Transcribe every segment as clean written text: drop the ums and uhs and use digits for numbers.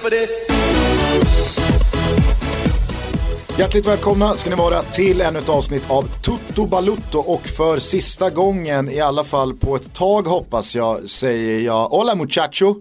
for this? Hjärtligt välkomna ska ni vara till ännu ett avsnitt av Tutto Balutto, och för sista gången i alla fall på ett tag hoppas jag, säger jag hola muchacho.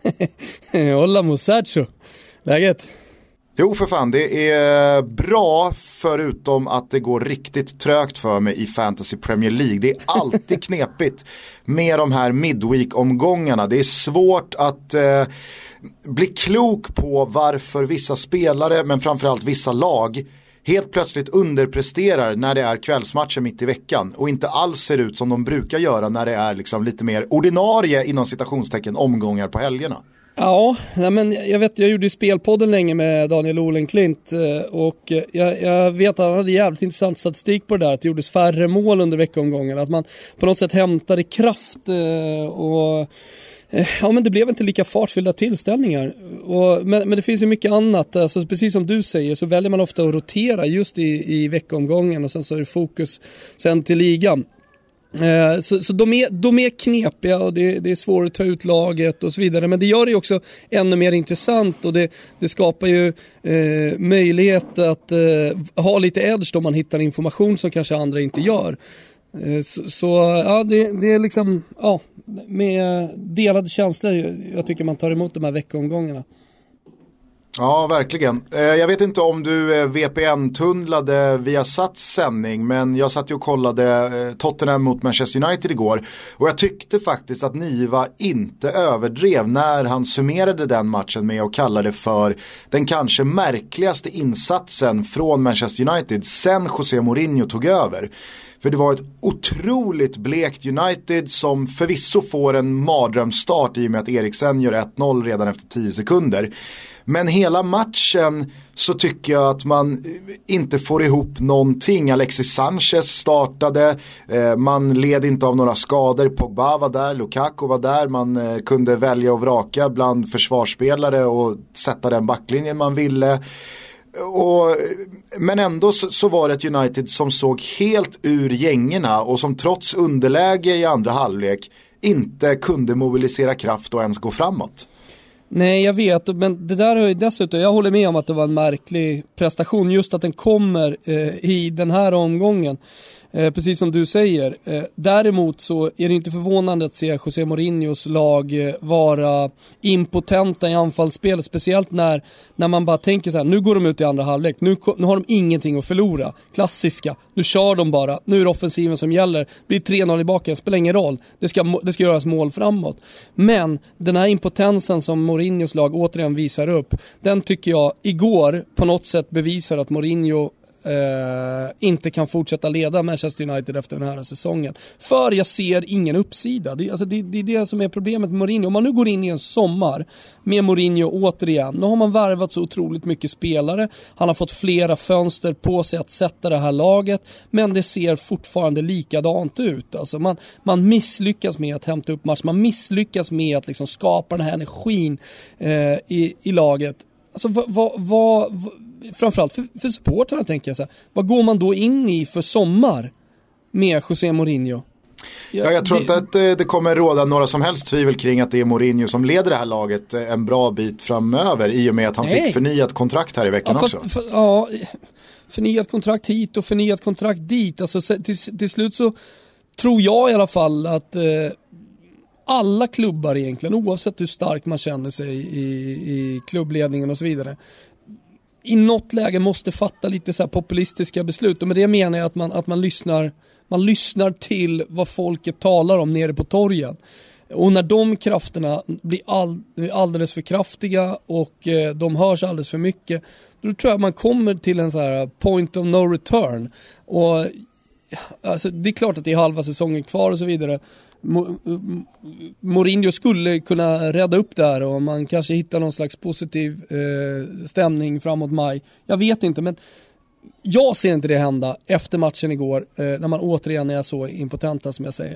Hola muchacho. Läget? Jo för fan, det är bra förutom att det går riktigt trögt för mig i Fantasy Premier League. Det är alltid knepigt med de här midweek-omgångarna. Det är svårt att bli klok på varför vissa spelare, men framförallt vissa lag, helt plötsligt underpresterar när det är kvällsmatcher mitt i veckan och inte alls ser ut som de brukar göra när det är liksom lite mer ordinarie inom citationstecken omgångar på helgerna. Ja, men jag gjorde ju spelpodden länge med Daniel Olenklint och jag vet att han hade jävligt intressant statistik på det där, att det gjordes färre mål under veckomgången, att man på något sätt hämtade kraft och ja, men det blev inte lika fartfyllda tillställningar. Men det finns ju mycket annat. Alltså, precis som du säger så väljer man ofta att rotera just i veckomgången, och sen så är det fokus sen till ligan. Så de är knepiga, och det är svårt att ta ut laget och så vidare. Men det gör det ju också ännu mer intressant, och det skapar ju möjlighet att ha lite edge då man hittar information som kanske andra inte gör. Så ja, det är liksom, ja, med delade känslor jag tycker man tar emot de här veckomgångarna. Ja, verkligen. Jag vet inte om du VPN-tunnlade via Sats sändning, men jag satt ju och kollade Tottenham mot Manchester United igår, och jag tyckte faktiskt att Niva inte överdrev när han summerade den matchen med att kalla det för den kanske märkligaste insatsen från Manchester United sen José Mourinho tog över. För det var ett otroligt blekt United som förvisso får en mardrömsstart i och med att Eriksen gör 1-0 redan efter 10 sekunder. Men hela matchen så tycker jag att man inte får ihop någonting. Alexis Sanchez startade, man led inte av några skador. Pogba var där, Lukaku var där. Man kunde välja och vraka bland försvarsspelare och sätta den backlinjen man ville. Men ändå så var det ett United som såg helt ur gängerna och som trots underläge i andra halvlek inte kunde mobilisera kraft och ens gå framåt. Nej, jag vet, men det där har ju dessutom, jag håller med om att det var en märklig prestation, just att den kommer i den här omgången. Precis som du säger. Däremot så är det inte förvånande att se José Mourinhos lag vara impotenta i anfallsspelet. Speciellt när man bara tänker så här: nu går de ut i andra halvlek. Nu har de ingenting att förlora. Klassiska. Nu kör de bara. Nu är det offensiven som gäller. Blir 3-0 i baken. Spelar ingen roll. Det ska göras mål framåt. Men den här impotensen som Mourinhos lag återigen visar upp, den tycker jag igår på något sätt bevisar att Mourinho inte kan fortsätta leda Manchester United efter den här säsongen. För jag ser ingen uppsida. Det är det som är problemet med Mourinho. Om man nu går in i en sommar med Mourinho återigen, nu har man värvat så otroligt mycket spelare. Han har fått flera fönster på sig att sätta det här laget, men det ser fortfarande likadant ut. Alltså man misslyckas med att hämta upp match. Man misslyckas med att liksom skapa den här energin i laget. Alltså framförallt för supporterna tänker jag så här, vad går man då in i för sommar med José Mourinho? Jag tror inte att det kommer råda några som helst tvivel kring att det är Mourinho som leder det här laget en bra bit framöver, i och med att han fick förnyat kontrakt här i veckan också. Förnyat kontrakt hit och förnyat kontrakt dit. Alltså till slut så tror jag i alla fall att alla klubbar egentligen, oavsett hur stark man känner sig i klubbledningen och så vidare, i något läge måste fatta lite så här populistiska beslut. Och med det menar jag att man lyssnar till vad folket talar om nere på torgen. Och när de krafterna blir alldeles för kraftiga och de hörs alldeles för mycket, då tror jag man kommer till en så här point of no return. Och alltså, det är klart att det är halva säsongen kvar och så vidare. Mourinho skulle kunna rädda upp där, och man kanske hittar någon slags positiv stämning framåt maj. Jag vet inte, men jag ser inte det hända efter matchen igår, när man återigen är så impotenta som jag säger.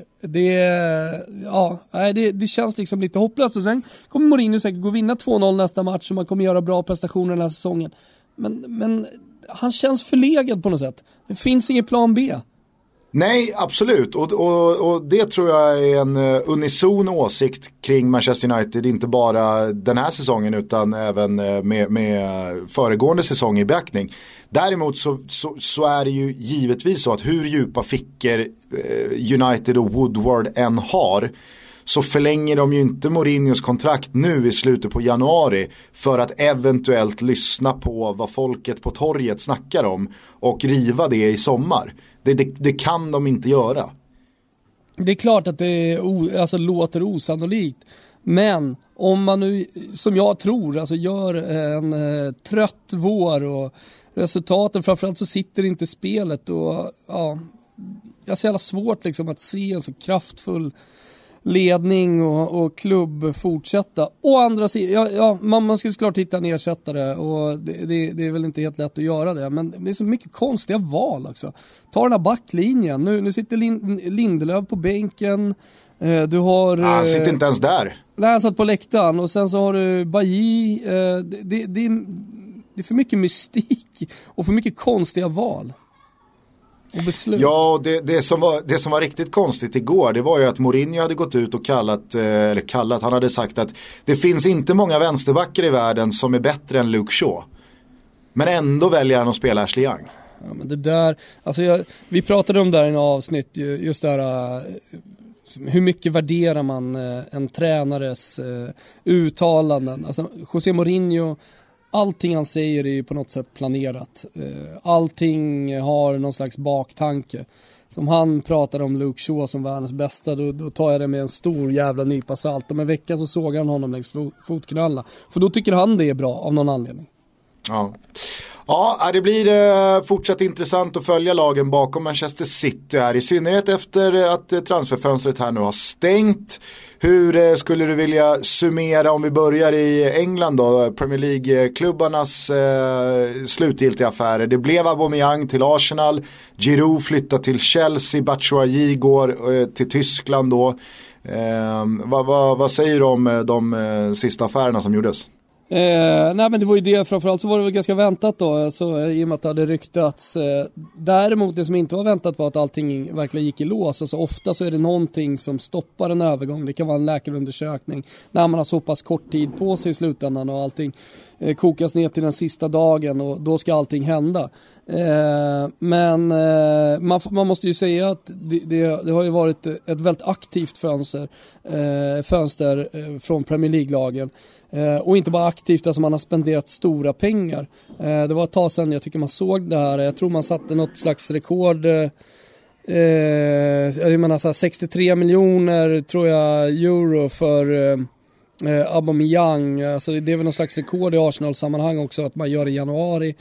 Det känns liksom lite hopplöst, och sen kommer Mourinho säkert gå och vinna 2-0 nästa match, och man kommer göra bra prestationer den här säsongen. Men han känns förlegad på något sätt. Det finns ingen plan B. Nej, absolut. Och det tror jag är en unison åsikt kring Manchester United. Inte bara den här säsongen utan även med föregående säsong i beaktning. Däremot så är det ju givetvis så att hur djupa fickor United och Woodward än har, så förlänger de ju inte Mourinhos kontrakt nu i slutet på januari för att eventuellt lyssna på vad folket på torget snackar om och riva det i sommar. Det kan de inte göra. Det är klart att det låter osannolikt. Men om man nu, som jag tror, gör en trött vår och resultaten, framförallt så sitter inte spelet och jag ser alla svårt liksom att se en så kraftfull ledning och klubb fortsätta. Å andra sidan, man ska såklart hitta en ersättare och det är väl inte helt lätt att göra det, men det är så mycket konstiga val också. Ta den här backlinjen, nu sitter Lindelöf på bänken, du har... Han sitter inte ens där. Nej, han satt på läktaren och sen så har du Bailly, det är för mycket mystik och för mycket konstiga val. Ja, det som var riktigt konstigt igår, det var ju att Mourinho hade gått ut och han hade sagt att det finns inte många vänsterbackar i världen som är bättre än Luke Shaw. Men ändå väljer han att spela Ashley Young. Ja, men det där, vi pratade om där i en avsnitt, just där hur mycket värderar man en tränares uttalanden. José Mourinho, allting han säger är ju på något sätt planerat. Allting har någon slags baktanke. Som han pratar om Luke Shaw som världens bästa, då tar jag det med en stor jävla nypa salt. Om en vecka så såg han honom längs fotknalla. För då tycker han det är bra av någon anledning. Ja, det blir fortsatt intressant att följa lagen bakom Manchester City här, i synnerhet efter att transferfönstret här nu har stängt. Hur skulle du vilja summera, om vi börjar i England då, Premier League-klubbarnas slutgiltiga affärer? Det blev Aubameyang till Arsenal, Giroud flyttar till Chelsea, Batshuayi går till Tyskland då. Vad säger du om de sista affärerna som gjordes? Nej, men det var ju det, framförallt så var det väl ganska väntat då, i och med att det hade ryktats. Däremot det som inte var väntat var att allting verkligen gick i lås. Ofta så är det någonting som stoppar en övergång. Det kan vara en läkarundersökning när man har så pass kort tid på sig i slutändan och allting kokas ner till den sista dagen och då ska allting hända. Men man måste ju säga att det har ju varit ett väldigt aktivt fönster från Premier League-lagen. Och inte bara aktivt, man har spenderat stora pengar. Det var ett tag sedan jag tycker man såg det här. Jag tror man satte något slags rekord. Jag menar så här 63 miljoner tror jag euro för Aubameyang. Det är väl någon slags rekord i Arsenal-sammanhang också att man gör i januari.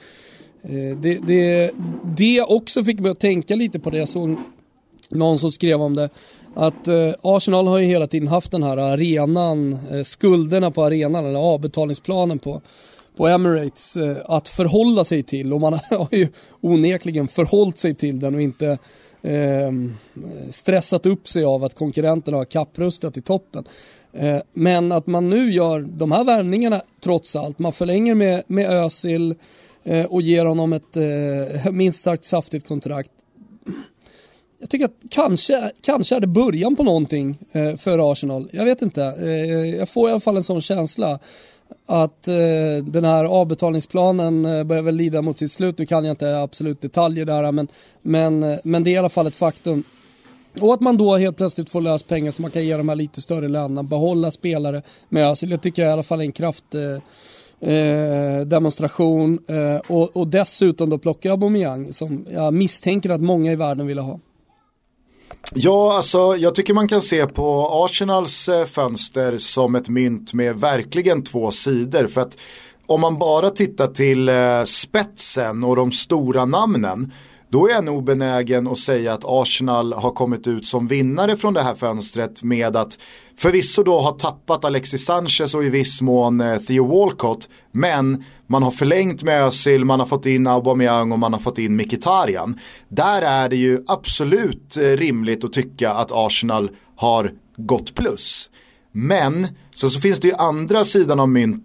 Det också fick mig att tänka lite på det. Jag såg någon som skrev om det, att Arsenal har ju hela tiden haft den här arenan, skulderna på arenan eller avbetalningsplanen på Emirates att förhålla sig till, och man har ju onekligen förhållit sig till den och inte stressat upp sig av att konkurrenterna har kapprustat i toppen. Men att man nu gör de här värvningarna trots allt, man förlänger med Özil och ger honom ett minst sagt saftigt kontrakt. Jag tycker att kanske är det början på någonting för Arsenal. Jag vet inte. Jag får i alla fall en sån känsla att den här avbetalningsplanen börjar väl lida mot sitt slut. Nu kan jag inte absolut detaljer där, men det är i alla fall ett faktum. Och att man då helt plötsligt får lös pengar så man kan ge de här lite större lönerna, behålla spelare med Özil. Jag tycker i alla fall en kraft demonstration och dessutom då plocka Aubameyang som jag misstänker att många i världen ville ha. Ja, jag tycker man kan se på Arsenals fönster som ett mynt med verkligen två sidor. För att om man bara tittar till spetsen och de stora namnen, då är jag nog benägen att säga att Arsenal har kommit ut som vinnare från det här fönstret med att förvisso då ha tappat Alexis Sanchez och i viss mån Theo Walcott, men man har förlängt med Özil, man har fått in Aubameyang och man har fått in Mkhitaryan. Där är det ju absolut rimligt att tycka att Arsenal har gått plus. Men så finns det ju andra sidan av myntet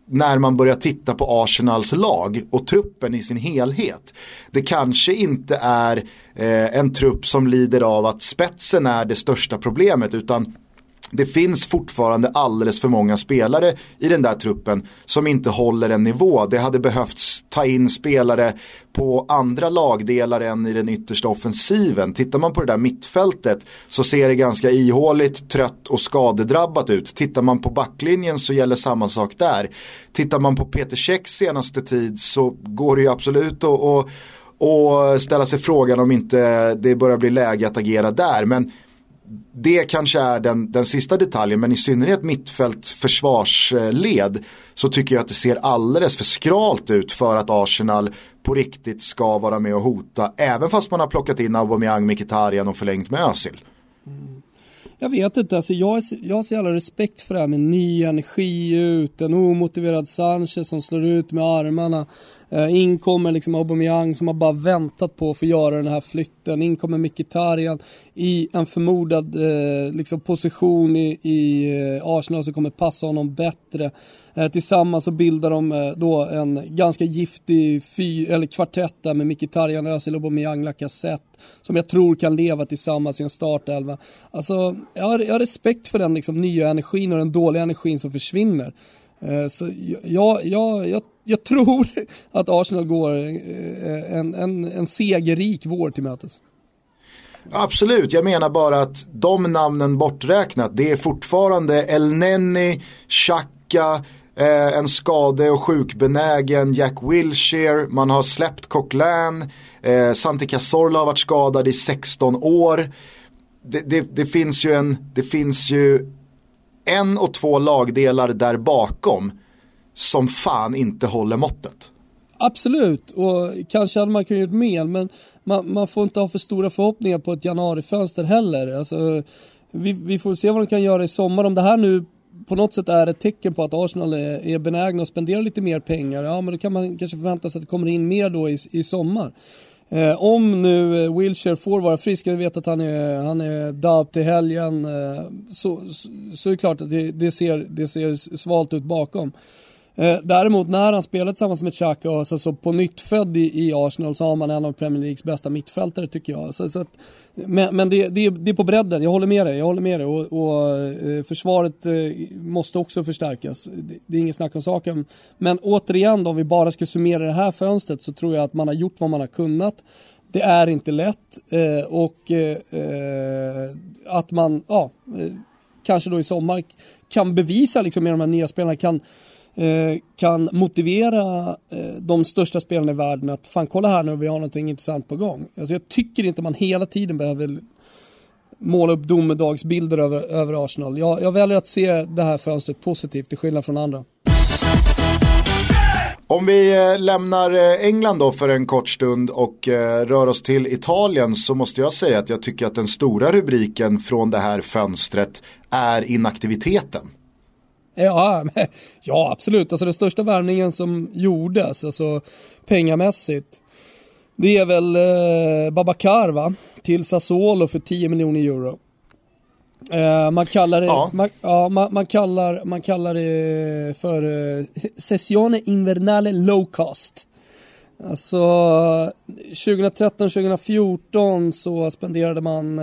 när man börjar titta på Arsenals lag och truppen i sin helhet. Det kanske inte är en trupp som lider av att spetsen är det största problemet, utan det finns fortfarande alldeles för många spelare i den där truppen som inte håller en nivå. Det hade behövts ta in spelare på andra lagdelar än i den yttersta offensiven. Tittar man på det där mittfältet så ser det ganska ihåligt, trött och skadedrabbat ut. Tittar man på backlinjen så gäller samma sak där. Tittar man på Peter Cechs senaste tid så går det ju absolut att ställa sig frågan om inte det börjar bli läge att agera där. Men det kanske är den sista detaljen, men i synnerhet mittfält försvarsled så tycker jag att det ser alldeles för skralt ut för att Arsenal på riktigt ska vara med och hota, även fast man har plockat in Aubameyang, Mkhitaryan och förlängt med Özil. Jag vet inte, alltså jag har så jävla respekt för det här med ny energi ut, en omotiverad Sanchez som slår ut med armarna. In kommer liksom Aubameyang som har bara väntat på att få göra den här flytten. In kommer Mkhitaryan i en förmodad liksom position i Arsenal som kommer passa honom bättre. Tillsammans så bildar de då en ganska giftig kvartett där med Mkhitaryan, Özil, Aubameyang, Lacazette som jag tror kan leva tillsammans i en startelva. Alltså jag har respekt för den liksom nya energin och den dåliga energin som försvinner. Så jag tror att Arsenal går en segerrik vår till mötes. Absolut, jag menar bara att de namnen borträknat, det är fortfarande El Neni, Xhaka, en skade- och sjukbenägen Jack Wilshere, man har släppt Coquelin, Santi Cazorla har varit skadad i 16 år. Det finns ju en och två lagdelar där bakom som fan inte håller måttet. Absolut, och kanske hade man kunnat gjort mer, men man får inte ha för stora förhoppningar på ett januarifönster heller. Alltså, vi får se vad de kan göra i sommar. Om det här nu på något sätt är ett tecken på att Arsenal är benägna att spendera lite mer pengar, ja, men då kan man kanske förvänta sig att det kommer in mer då i sommar. Om nu Wilshere får vara frisk, jag vet att han är dab till helgen, så är det klart att det ser svalt ut bakom. Däremot när han spelar tillsammans med Xhaka och så på nytt född i Arsenal, så har man en av Premier Leagues bästa mittfältare tycker jag. Så att, men det är på bredden, jag håller med dig och försvaret måste också förstärkas. Det är ingen snack om saken. Men återigen då, om vi bara ska summera det här fönstret, så tror jag att man har gjort vad man har kunnat. Det är inte lätt och att man kanske då i sommar kan bevisa liksom med de här nya spelarna kan motivera de största spelarna i världen med att fan, kolla här nu, vi har någonting intressant på gång. Alltså jag tycker inte man hela tiden behöver måla upp domedagsbilder över Arsenal. Jag väljer att se det här fönstret positivt till skillnad från andra. Om vi lämnar England då för en kort stund och rör oss till Italien, så måste jag säga att jag tycker att den stora rubriken från det här fönstret är inaktiviteten. Ja, absolut. Alltså den största värvningen som gjordes, alltså pengamässigt, det är väl Babacar, va? Till Sassuolo för 10 miljoner euro. Man kallar det man kallar det för sessione invernale low cost. Alltså 2013-2014 så spenderade man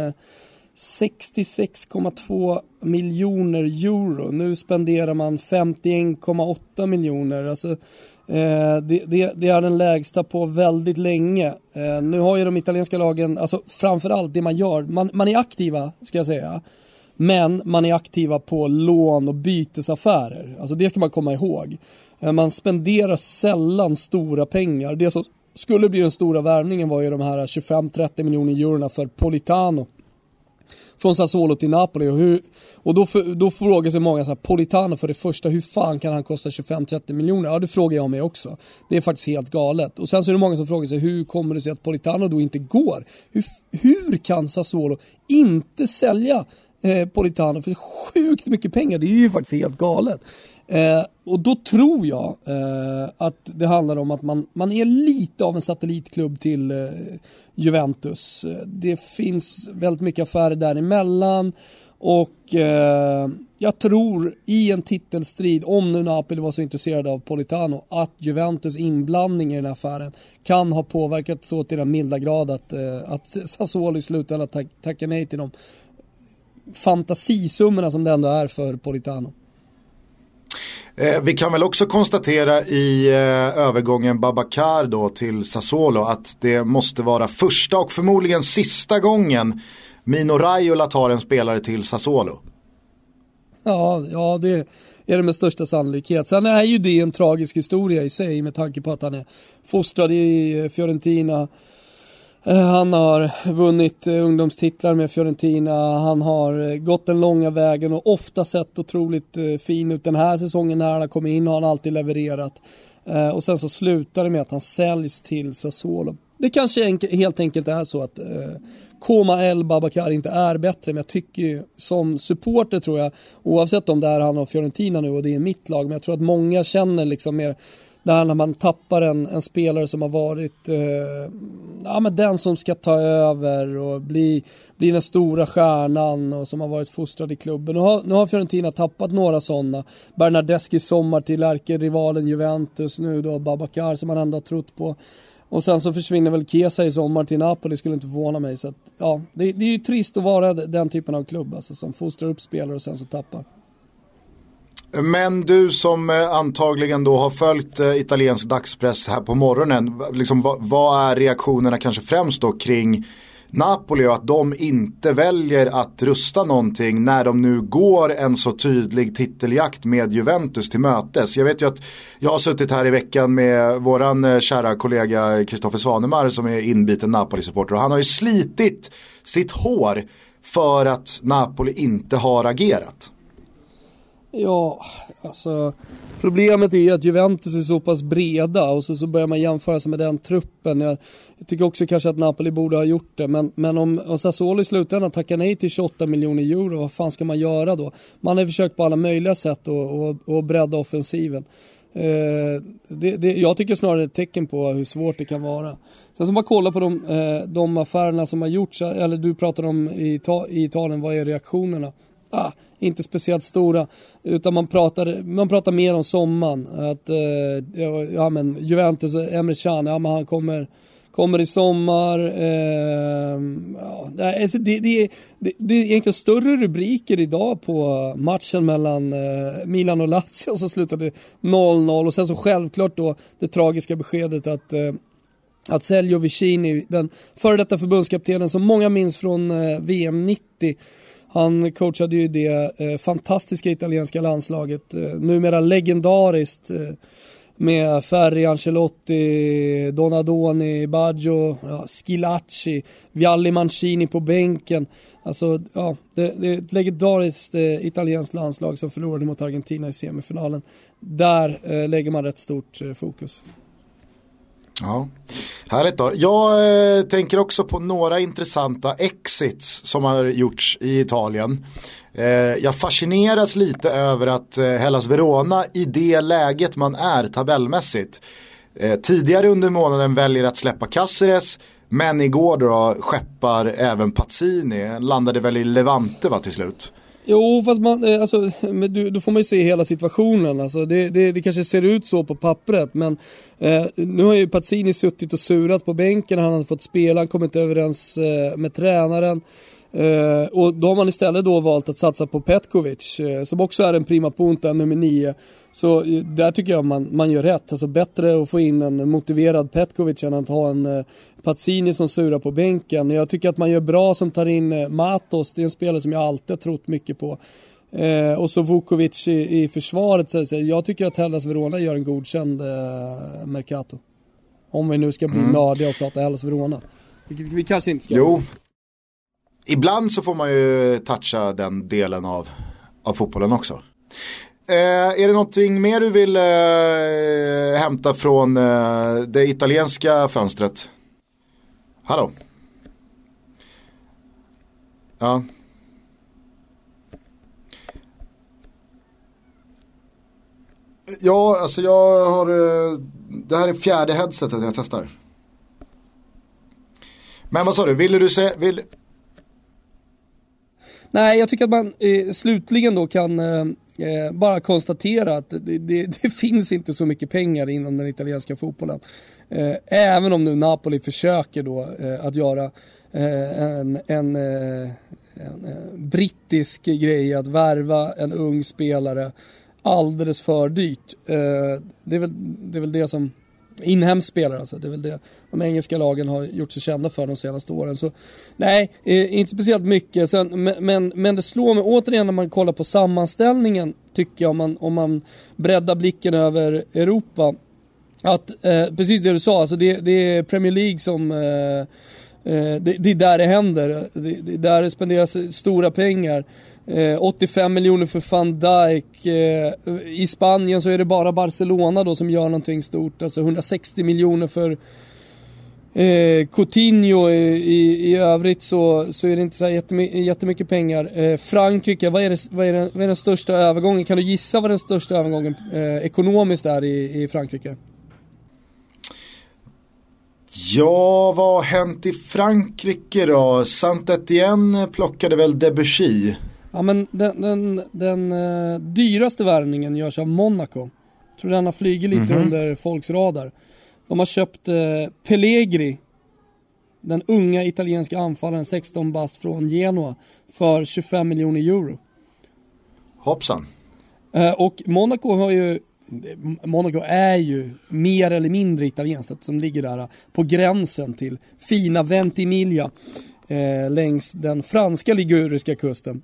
66,2 miljoner euro. Nu spenderar man 51,8 miljoner. Alltså, det är den lägsta på väldigt länge. Nu har ju de italienska lagen, alltså framförallt det man gör, man är aktiva, ska jag säga. Men man är aktiva på lån och bytesaffärer. Alltså det ska man komma ihåg. Man spenderar sällan stora pengar. Det som skulle bli den stora värvningen var ju de här 25-30 miljoner eurona för Politano från Sassuolo till Napoli. Och då frågar sig många så här, Politano för det första, hur fan kan han kosta 25-30 miljoner? Ja, det frågar jag mig också. Det är faktiskt helt galet. Och sen så är det många som frågar sig, hur kommer det sig att Politano då inte går? Hur kan Sassuolo inte sälja Politano för sjukt mycket pengar? Det är ju faktiskt helt galet. Och då tror jag att det handlar om att man är lite av en satellitklubb till Juventus. Det finns väldigt mycket affärer däremellan. Och jag tror i en titelstrid, om nu Napoli var så intresserad av Politano, att Juventus inblandning i den här affären kan ha påverkat så till den milda grad att Sassuolo i slutändan tackar nej till de fantasisummorna som det ändå är för Politano. Vi kan väl också konstatera i övergången Babacar då till Sassuolo att det måste vara första och förmodligen sista gången Mino Raiola tar en spelare till Sassuolo. Ja, det är det med största sannolikhet. Sen är ju det en tragisk historia i sig med tanke på att han är fostrad i Fiorentina. Han har vunnit ungdomstitlar med Fiorentina. Han har gått den långa vägen och ofta sett otroligt fin ut. Den här säsongen när han har kommit in har han alltid levererat. Och sen så slutar det med att han säljs till Sassuolo. Det kanske helt enkelt är så att Koma El Babacar inte är bättre, men jag tycker ju som supporter tror jag, oavsett om det är han och Fiorentina nu och det är mitt lag, men jag tror att många känner liksom mer där när man tappar en spelare som har varit men den som ska ta över och bli den stora stjärnan och som har varit fostrad i klubben. Nu har Fiorentina tappat några sådana. Bernardeschi sommar till ärkerivalen Juventus, nu då Babacar som man ändå har trott på. Och sen så försvinner väl Chiesa i sommar till Napoli, skulle inte förvåna mig. Så att, ja, det är ju trist att vara den typen av klubb alltså, som fostrar upp spelare och sen så tappar. Men du som antagligen då har följt italiensk dagspress här på morgonen, liksom, vad är reaktionerna kanske främst då kring Napoli och att de inte väljer att rusta någonting när de nu går en så tydlig titeljakt med Juventus till mötes? Jag vet ju att jag har suttit här i veckan med våran kära kollega Kristoffer Svanemar som är inbiten Napoli-supporter och han har ju slitit sitt hår för att Napoli inte har agerat. Ja, alltså problemet är att Juventus är så pass breda och så börjar man jämföra sig med den truppen. Jag tycker också kanske att Napoli borde ha gjort det, men om Sassuolo i slutändan tackar nej till 28 miljoner euro, vad fan ska man göra då? Man har försökt på alla möjliga sätt att bredda offensiven. Jag tycker snarare ett tecken på hur svårt det kan vara. Sen som man kollar på de affärerna som har gjorts, eller du pratar om i Italien, vad är reaktionerna? Inte speciellt stora, utan man pratar mer om sommaren att men Juventus Emre Can, men han kommer i sommar. Alltså det är egentligen större rubriker idag på matchen mellan Milan och Lazio, och så slutade 0-0 och sen så självklart då det tragiska beskedet att Sergio Vicini, den före detta förbundskaptenen som många minns från VM 90, han coachade ju det fantastiska italienska landslaget, numera legendariskt, med Ferri, Ancelotti, Donadoni, Baggio, Schilacci, Vialli, Mancini på bänken. Alltså, ja, det är ett legendariskt italienskt landslag som förlorade mot Argentina i semifinalen. Där lägger man rätt stort fokus. Ja, härligt då. Jag tänker också på några intressanta exits som har gjorts i Italien. Jag fascineras lite över att Hellas Verona i det läget man är tabellmässigt tidigare under månaden väljer att släppa Cáceres, men igår då skeppar även Pazzini, landade väl i Levante till slut. Jo, fast då får man ju se hela situationen. Alltså, det kanske ser ut så på pappret, men nu har ju Pazzini suttit och surat på bänken. Han har fått spela, han kommer inte överens med tränaren. Och då har man istället då valt att satsa på Petkovic, som också är en prima punta, nummer 9. Så där tycker jag man gör rätt. Alltså bättre att få in en motiverad Petkovic än att ha en Pazzini som surar på bänken. Jag tycker att man gör bra som tar in Matos. Det är en spelare som jag alltid har trott mycket på. Och så Vukovic i försvaret. Så jag tycker att Hellas Verona gör en godkänd Mercato. Om vi nu ska bli nördiga och prata Hellas Verona. Vi kanske inte ska. Jo. Ibland så får man ju toucha den delen av fotbollen också. Är det någonting mer du vill hämta från det italienska fönstret? Hallå? Ja. Ja, alltså jag har... Det här är 4:e headsetet jag testar. Men vad sa du? Ville du säga... Nej, jag tycker att man slutligen då kan bara konstatera att det finns inte så mycket pengar inom den italienska fotbollen. Även om nu Napoli försöker då att göra en brittisk grej att värva en ung spelare alldeles för dyrt. Det är väl det som inhemsk spelare, alltså. Det är väl det de engelska lagen har gjort sig kända för de senaste åren. Så nej, inte speciellt mycket. Men det slår mig återigen när man kollar på sammanställningen, tycker jag, om man breddar blicken över Europa, att precis det du sa, alltså det är Premier League som det är där det händer. Det är där det spenderas stora pengar. 85 miljoner för Van Dijk. I Spanien så är det bara Barcelona då som gör någonting stort. Alltså 160 miljoner för Coutinho. I övrigt så är det inte så jättemycket pengar. Frankrike, vad är den största övergången? Kan du gissa vad den största övergången ekonomiskt är i Frankrike? Ja, vad har hänt i Frankrike då? Saint-Étienne plockade väl Debussy. Ja, men den dyraste värvningen görs av Monaco. Jag tror den har flugit lite under folks radar. De har köpt Pellegri, den unga italienska anfallaren, 16 bast från Genoa, för 25 miljoner euro. Hoppsan. Och Monaco är ju mer eller mindre italienskt, som ligger där på gränsen till fina Ventimiglia längs den franska liguriska kusten.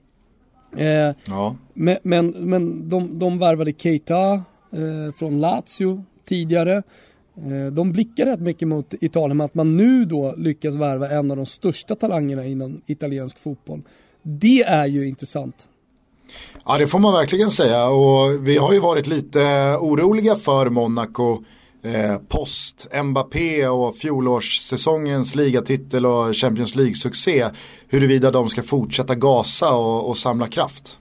Ja. Men de värvade Keita från Lazio tidigare. De blickar rätt mycket mot Italien, med att man nu då lyckas värva en av de största talangerna inom italiensk fotboll. Det är ju intressant. Ja, det får man verkligen säga, och vi har ju varit lite oroliga för Monaco post Mbappé och fjolårssäsongens ligatitel och Champions League-succé, huruvida de ska fortsätta gasa och samla kraft.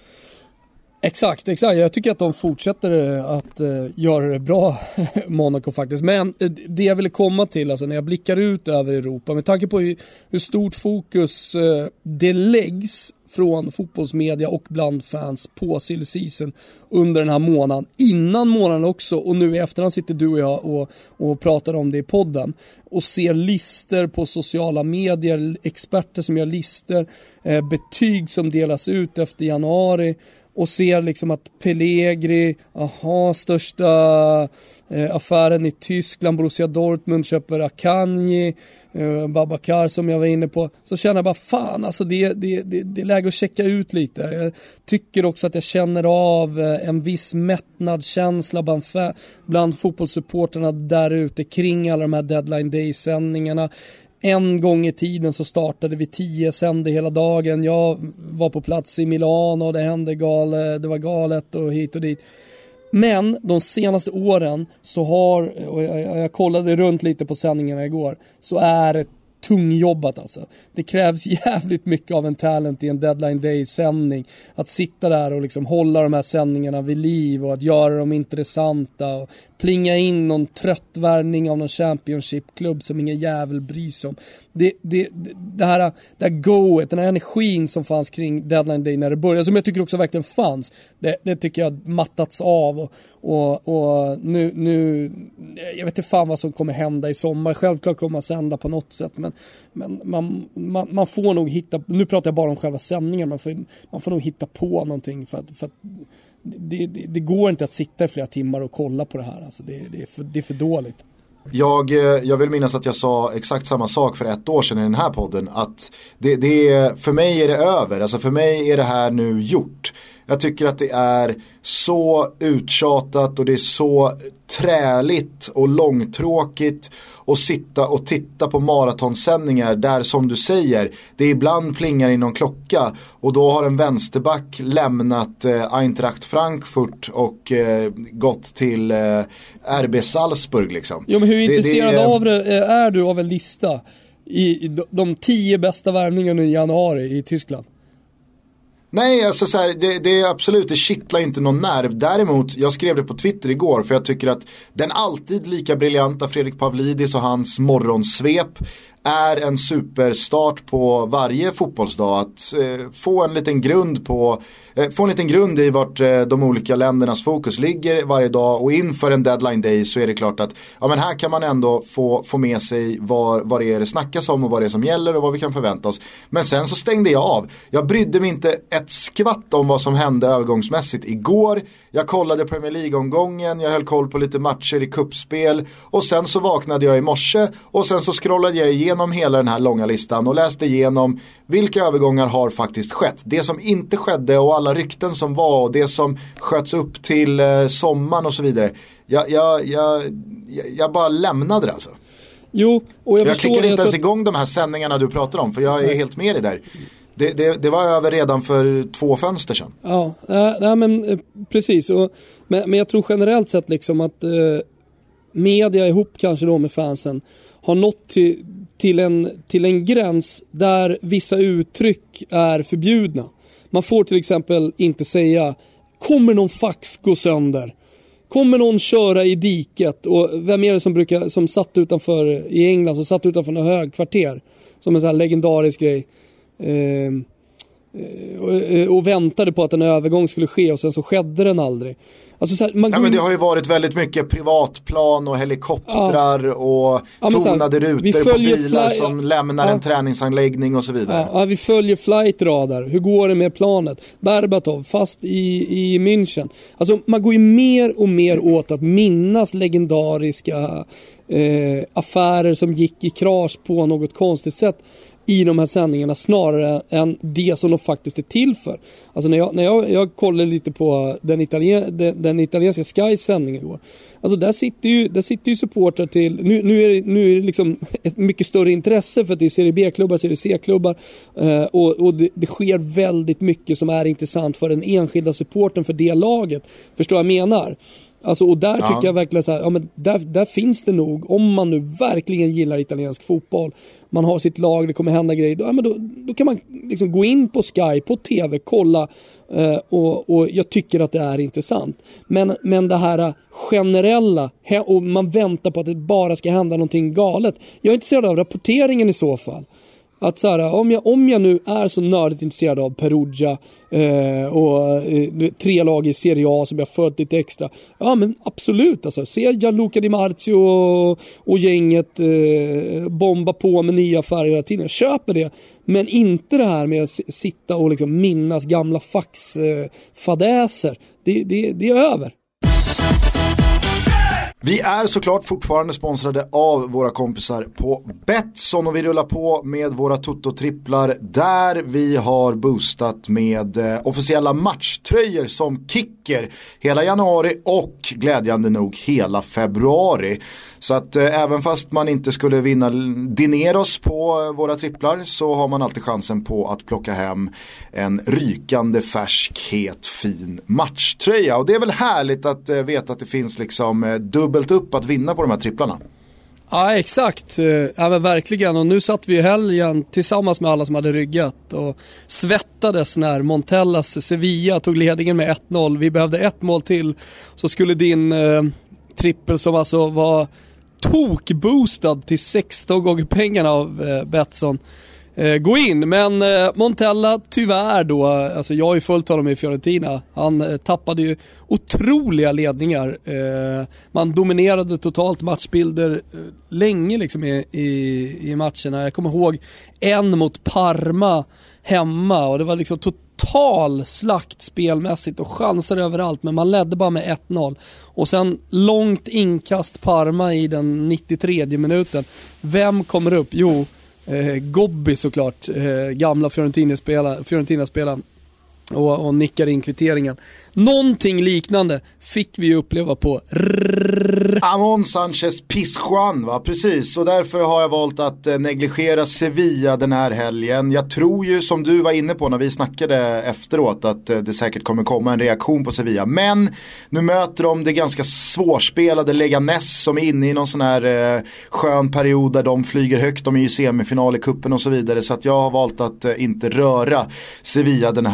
Exakt. Jag tycker att de fortsätter att göra det bra, Monaco faktiskt. Men det jag ville komma till, alltså när jag blickar ut över Europa, med tanke på hur stort fokus det läggs från fotbollsmedia och bland fans på silly season under den här månaden, innan månaden också, och nu i efterhand sitter du och jag och pratar om det i podden och ser lister på sociala medier, experter som gör lister, betyg som delas ut efter januari, och ser liksom att Pellegri, största affären i Tyskland, Borussia Dortmund köper Akanji, Babacar som jag var inne på, så känner jag bara fan, alltså det är läge att checka ut lite. Jag tycker också att jag känner av en viss mättnadskänsla bland fotbollssupporterna där ute kring alla de här deadline day-sändningarna. En gång i tiden så startade vi 10 sände hela dagen. Jag var på plats i Milano och det var galet och hit och dit. Men de senaste åren så och jag kollade runt lite på sändningarna igår, så är det tungjobbat alltså. Det krävs jävligt mycket av en talent i en deadline day-sändning. Att sitta där och liksom hålla de här sändningarna vid liv och att göra dem intressanta och plinga in någon tröttvärvning av någon Championship-klubb som ingen jävel bryr sig om. Det här goet, den här energin som fanns kring deadline day när det började, som jag tycker också verkligen fanns, det tycker jag mattats av och nu jag vet inte fan vad som kommer hända i sommar. Självklart kommer man sända på något sätt, men man får nog hitta, nu pratar jag bara om själva sändningen, man får nog hitta på någonting för att det går inte att sitta i flera timmar och kolla på det här, alltså det är för dåligt. Jag vill minnas att jag sa exakt samma sak för 1 år sedan i den här podden, att för mig är det över, alltså för mig är det här nu gjort. Jag tycker att det är så uttjatat och det är så träligt och långtråkigt att sitta och titta på maratonsändningar där, som du säger, det ibland plingar in någon klocka och då har en vänsterback lämnat Eintracht Frankfurt och gått till RB Salzburg liksom. Jo, men hur intresserad är du av en lista i de 10 bästa värvningarna i januari i Tyskland? Nej, alltså så här, det är absolut, det kittlar inte någon nerv. Däremot, jag skrev det på Twitter igår för jag tycker att den alltid lika briljanta Fredrik Pavlidis och hans morgonsvep är en superstart på varje fotbollsdag. Att få en liten grund i vart de olika ländernas fokus ligger varje dag, och inför en deadline day så är det klart att ja, men här kan man ändå få med sig vad det är det snackas om och vad det är som gäller och vad vi kan förvänta oss. Men sen så stängde jag av. Jag brydde mig inte ett skvatt om vad som hände övergångsmässigt igår. Jag kollade Premier League-omgången, jag höll koll på lite matcher i kuppspel, och sen så vaknade jag i morse och sen så scrollade jag igenom hela den här långa listan och läste igenom vilka övergångar har faktiskt skett. Det som inte skedde och alla rykten som var och det som sköts upp till sommaren och så vidare. Jag bara lämnade det alltså. Jo, och jag klickar inte ens igång de här sändningarna du pratar om, för jag är helt med i där. Det var över redan för 2 fönster sedan. Ja, nej, men precis. Men jag tror generellt sett liksom att media ihop kanske då med fansen har nått till en gräns där vissa uttryck är förbjudna. Man får till exempel inte säga kommer någon fax gå sönder? Kommer någon köra i diket? Och vem är det som satt utanför i England, som satt utanför något högkvarter som en sån här legendarisk grej och väntade på att en övergång skulle ske och sen så skedde den aldrig. Alltså så här, men det har ju varit väldigt mycket privatplan och helikoptrar och tonade rutor på bilar som lämnar en träningsanläggning och så vidare. Ja, vi följer flightradar. Hur går det med planet? Berbatov fast i München. Alltså man går ju mer och mer åt att minnas legendariska affärer som gick i krasch på något konstigt sätt i de här sändningarna snarare än det som de faktiskt är till för. Alltså när jag kollade lite på den italienska Sky-sändningen igår. Alltså där sitter ju supportrar till nu är det liksom ett mycket större intresse för att det är Serie B-klubbar, Serie C-klubbar och det sker väldigt mycket som är intressant för den enskilda supporten för det laget. Förstår jag menar? Alltså, och där tycker jag verkligen så här, ja, men där finns det nog, om man nu verkligen gillar italiensk fotboll, man har sitt lag, det kommer hända grejer, då kan man liksom gå in på Sky, på TV, kolla och jag tycker att det är intressant. Men det här generella, och man väntar på att det bara ska hända någonting galet. Jag är intresserad av rapporteringen i så fall. Att så här, om jag nu är så nördigt intresserad av Perugia och 3 lag i Serie A som jag följt lite extra. Ja men absolut alltså. Se Gianluca Di Marzio och gänget bomba på med nya färger hela tiden. Jag köper det. Men inte det här med att sitta och liksom minnas gamla faxfadäser. Det är över. Vi är såklart fortfarande sponsrade av våra kompisar på Betsson och vi rullar på med våra Toto-tripplar där vi har boostat med officiella matchtröjor som kicker hela januari och glädjande nog hela februari. Så att även fast man inte skulle vinna Dineros på våra tripplar så har man alltid chansen på att plocka hem en rykande färsk, het, fin matchtröja. Och det är väl härligt att veta att det finns liksom dubbelt upp att vinna på de här tripplarna. Ja, exakt. Ja, men verkligen. Och nu satt vi i helgen tillsammans med alla som hade ryggat och svettades när Montellas Sevilla tog ledningen med 1-0. Vi behövde 1 mål till, så skulle din trippel som alltså var tokboostad till 16 gånger pengarna av Betsson gå in. Men Montella tyvärr då, alltså jag har ju följt honom i Fiorentina, han tappade ju otroliga ledningar. Man dominerade totalt matchbilder länge liksom i matcherna. Jag kommer ihåg en mot Parma hemma och det var liksom total slakt spelmässigt och chanser överallt, men man ledde bara med 1-0 och sen långt inkast Parma i den 93 minuten. Vem kommer upp? Jo, Gobbi såklart, gamla Fiorentina-spelaren och nickar in kvitteringen. Någonting liknande fick vi uppleva på Amon Sanchez Pizjuan, va? Precis, och därför har jag valt att negligera Sevilla den här helgen. Jag tror ju, som du var inne på när vi snackade efteråt, att det säkert kommer komma en reaktion på Sevilla. Men nu möter de det ganska svårspelade Leganés som är inne i någon sån här skön period där de flyger högt. De är ju semifinal i kuppen och så vidare. Så att jag har valt att inte röra Sevilla den här helgen.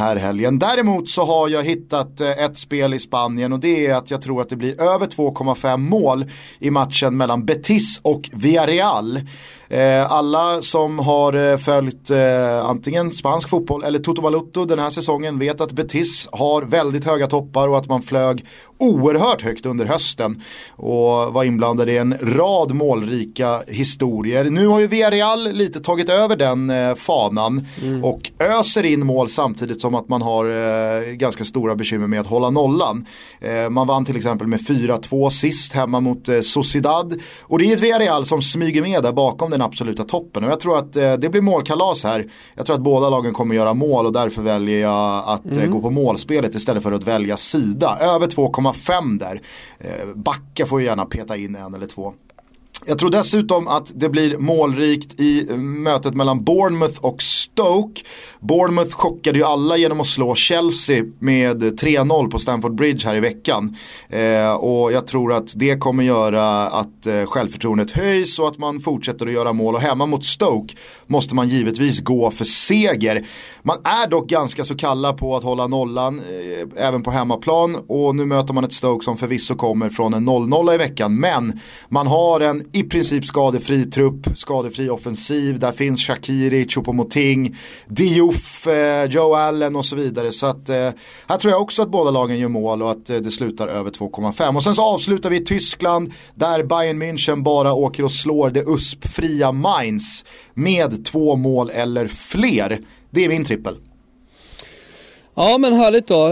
helgen. Däremot så har jag hittat ett spel i Spanien och det är att jag tror att det blir över 2,5 mål i matchen mellan Betis och Villarreal. Alla som har följt antingen spansk fotboll eller Toto Balotto den här säsongen vet att Betis har väldigt höga toppar och att man flög oerhört högt under hösten och var inblandad i en rad målrika historier. Nu har ju Villarreal lite tagit över den fanan och öser in mål samtidigt som att man har ganska stora bekymmer med att hålla nollan. Man vann till exempel med 4-2 sist hemma mot Sociedad och det är ett Villarreal som smyger med där bakom den absoluta toppen och jag tror att det blir målkalas här. Jag tror att båda lagen kommer göra mål och därför väljer jag att gå på målspelet istället för att välja sida. Över 2,5 där. Backa får ju gärna peta in en eller två. Jag tror dessutom att det blir målrikt i mötet mellan Bournemouth och Stoke. Bournemouth chockade ju alla genom att slå Chelsea med 3-0 på Stamford Bridge här i veckan. Och jag tror att det kommer göra att självförtroendet höjs och att man fortsätter att göra mål. Och hemma mot Stoke måste man givetvis gå för seger. Man är dock ganska så kalla på att hålla nollan även på hemmaplan. Och nu möter man ett Stoke som förvisso kommer från en 0-0 i veckan. Men man har en i princip skadefri trupp, skadefri offensiv. Där finns Shaqiri, Choupo-Moting, Diouf, Joe Allen och så vidare. Så att här tror jag också att båda lagen gör mål och att det slutar över 2,5. Och sen så avslutar vi i Tyskland där Bayern München bara åker och slår det USP-fria Mainz med 2 mål eller fler. Det är min trippel. Ja, men härligt då.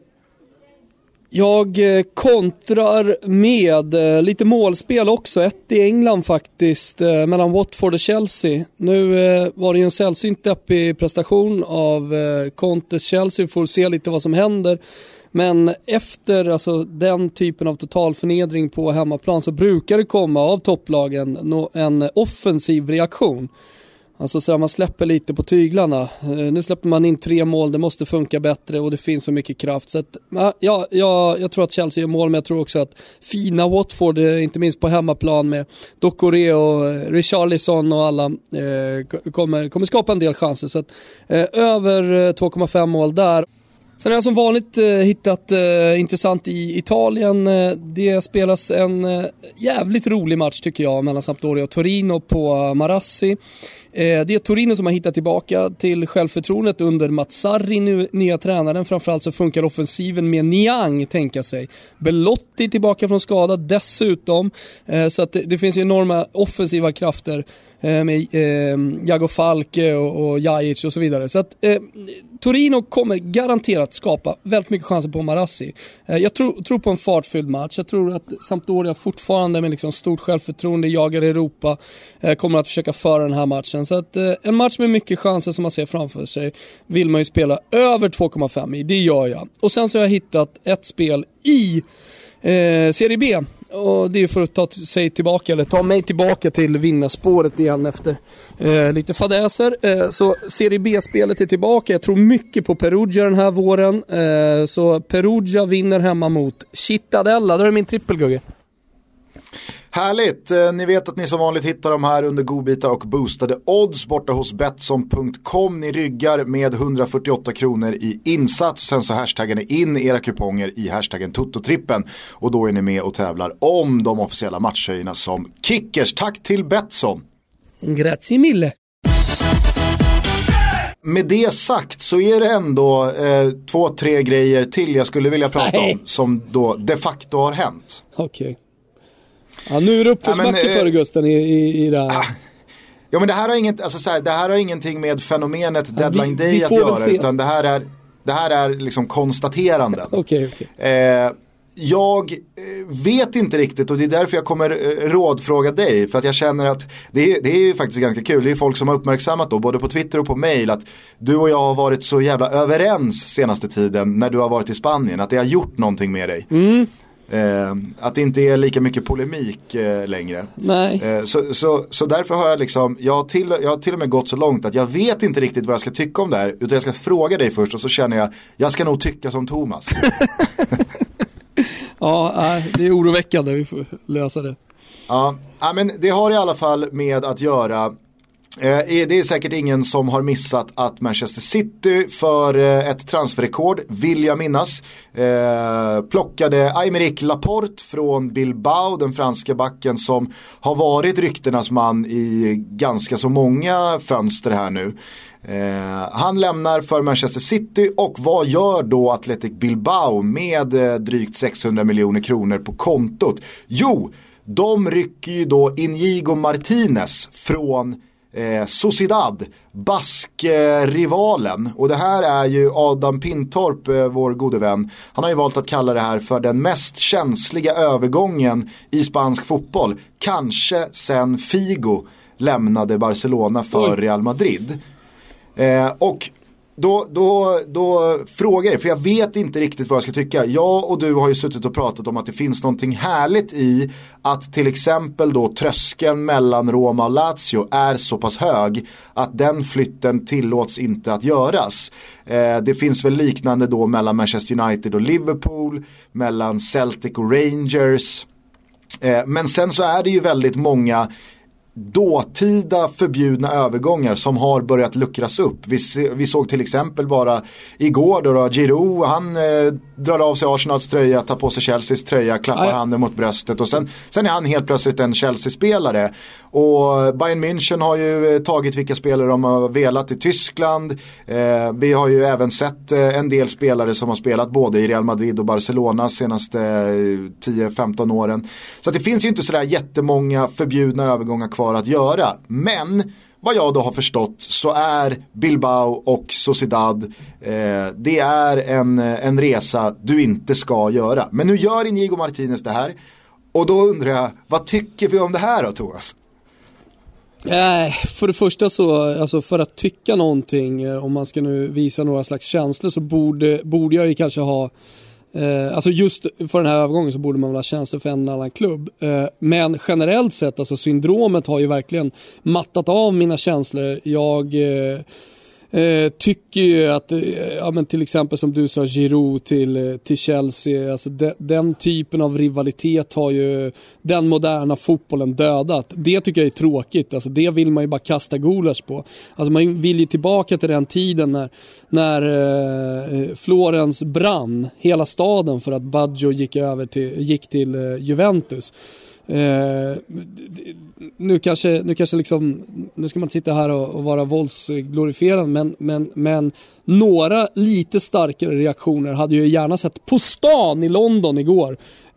Jag kontrar med lite målspel också. Ett i England faktiskt, mellan Watford och Chelsea. Nu var det ju en sällsynt deppig prestation av Contes Chelsea. Vi får se lite vad som händer. Men efter alltså, den typen av totalförnedring på hemmaplan så brukar det komma av topplagen en offensiv reaktion. Alltså så där man släpper lite på tyglarna. Nu släpper man in 3 mål, det måste funka bättre och det finns så mycket kraft. Så att, jag tror att Chelsea gör mål, men jag tror också att fina Watford, inte minst på hemmaplan med Doucouré och Richarlison och alla, kommer skapa en del chanser. Så att, över 2,5 mål där. Sen har jag som vanligt hittat intressant i Italien. Det spelas en jävligt rolig match tycker jag mellan Sampdoria och Torino på Marassi. Det är Torino som har hittat tillbaka till självförtroendet under Mazzarri, nya tränaren. Framförallt så funkar offensiven med Niang, tänka sig. Belotti tillbaka från skada dessutom. Så att det finns enorma offensiva krafter med Jago Falke och Jajic och så vidare. Så att Torino kommer garanterat skapa väldigt mycket chanser på Marassi. Jag tror på en fartfylld match. Jag tror att Sampdoria fortfarande med liksom stort självförtroende jagar Europa kommer att försöka föra den här matchen. Så att en match med mycket chanser som man ser framför sig vill man ju spela över 2,5 i. Det gör jag. Och sen så har jag hittat ett spel i Serie B. Och det är för att ta mig tillbaka till vinnarspåret igen efter lite fadäser. Så Serie B-spelet är tillbaka. Jag tror mycket på Perugia den här våren. Så Perugia vinner hemma mot Cittadella. Det är min trippelgugge. Härligt, ni vet att ni som vanligt hittar de här under godbitar och boostade odds borta hos Betsson.com. Ni ryggar med 148 kronor i insats och sen så hashtaggar ni in era kuponger i hashtaggen Tototrippen och då är ni med och tävlar om de officiella matchhöjorna som kickers. Tack till Betsson. Grazie mille. Med det sagt så är det ändå 2-3 grejer till jag skulle vilja prata om som då de facto har hänt. Okej. Ja, nu är det uppförsbacke för Gusten i det här. Ja, men det här har det här har ingenting med fenomenet Deadline Day att göra, utan det här är liksom konstateranden. Okej. Jag vet inte riktigt och det är därför jag kommer rådfråga dig, för att jag känner att det är ju faktiskt ganska kul. Det är folk som har uppmärksammat då, både på Twitter och på mail, att du och jag har varit så jävla överens senaste tiden när du har varit i Spanien, att det har gjort någonting med dig. Att det inte är lika mycket polemik längre. Nej. Så därför har jag har till och med gått så långt att jag vet inte riktigt vad jag ska tycka om det här, utan jag ska fråga dig först och så känner jag ska nog tycka som Thomas. Ja, det är oroväckande, vi får lösa det. Ja, men det har i alla fall med att göra Det är säkert ingen som har missat att Manchester City för ett transferrekord, vill jag minnas, plockade Aymeric Laporte från Bilbao, den franska backen som har varit ryktenas man i ganska så många fönster här nu. Han lämnar för Manchester City, och vad gör då Athletic Bilbao med drygt 600 miljoner kronor på kontot? Jo, de rycker ju då Inigo Martinez från Sociedad, Bask-rivalen. Och det här är ju Adam Pintorp, vår gode vän. Han har ju valt att kalla det här för den mest känsliga övergången i spansk fotboll, kanske sen Figo lämnade Barcelona för Real Madrid. Och då frågar jag, för jag vet inte riktigt vad jag ska tycka. Jag och du har ju suttit och pratat om att det finns någonting härligt i att till exempel då tröskeln mellan Roma och Lazio är så pass hög att den flytten tillåts inte att göras. Det finns väl liknande då mellan Manchester United och Liverpool, mellan Celtic och Rangers. Men sen så är det ju väldigt många dåtida förbjudna övergångar som har börjat luckras upp. Vi såg till exempel bara igår då Giroud, han drar av sig Arsenals tröja, tar på sig Chelseas tröja, klappar handen mot bröstet, och sen är han helt plötsligt en Chelsea-spelare. Och Bayern München har ju tagit vilka spelare de har velat i Tyskland. Vi har ju även sett en del spelare som har spelat både i Real Madrid och Barcelona senaste 10-15 åren. Så att det finns ju inte sådär jättemånga förbjudna övergångar kvar att göra. Men vad jag då har förstått så är Bilbao och Sociedad, det är en resa du inte ska göra. Men nu gör Inigo Martinez det här, och då undrar jag, vad tycker vi om det här då, Thomas? För det första så, alltså för att tycka någonting, om man ska nu visa några slags känslor, så borde jag ju kanske ha, alltså just för den här övergången så borde man väl ha känslor för en annan klubb. Men generellt sett, alltså syndromet har ju verkligen mattat av mina känslor. Jag tycker ju att, ja, men till exempel som du sa, Giroud till Chelsea, alltså den typen av rivalitet har ju den moderna fotbollen dödat. Det tycker jag är tråkigt, alltså det vill man ju bara kasta gulasch på. Alltså man vill ju tillbaka till den tiden när Florens brann hela staden för att Baggio gick till Juventus. Nu ska man sitta här och vara våldsglorifierad, men några lite starkare reaktioner hade jag gärna sett på stan i London igår.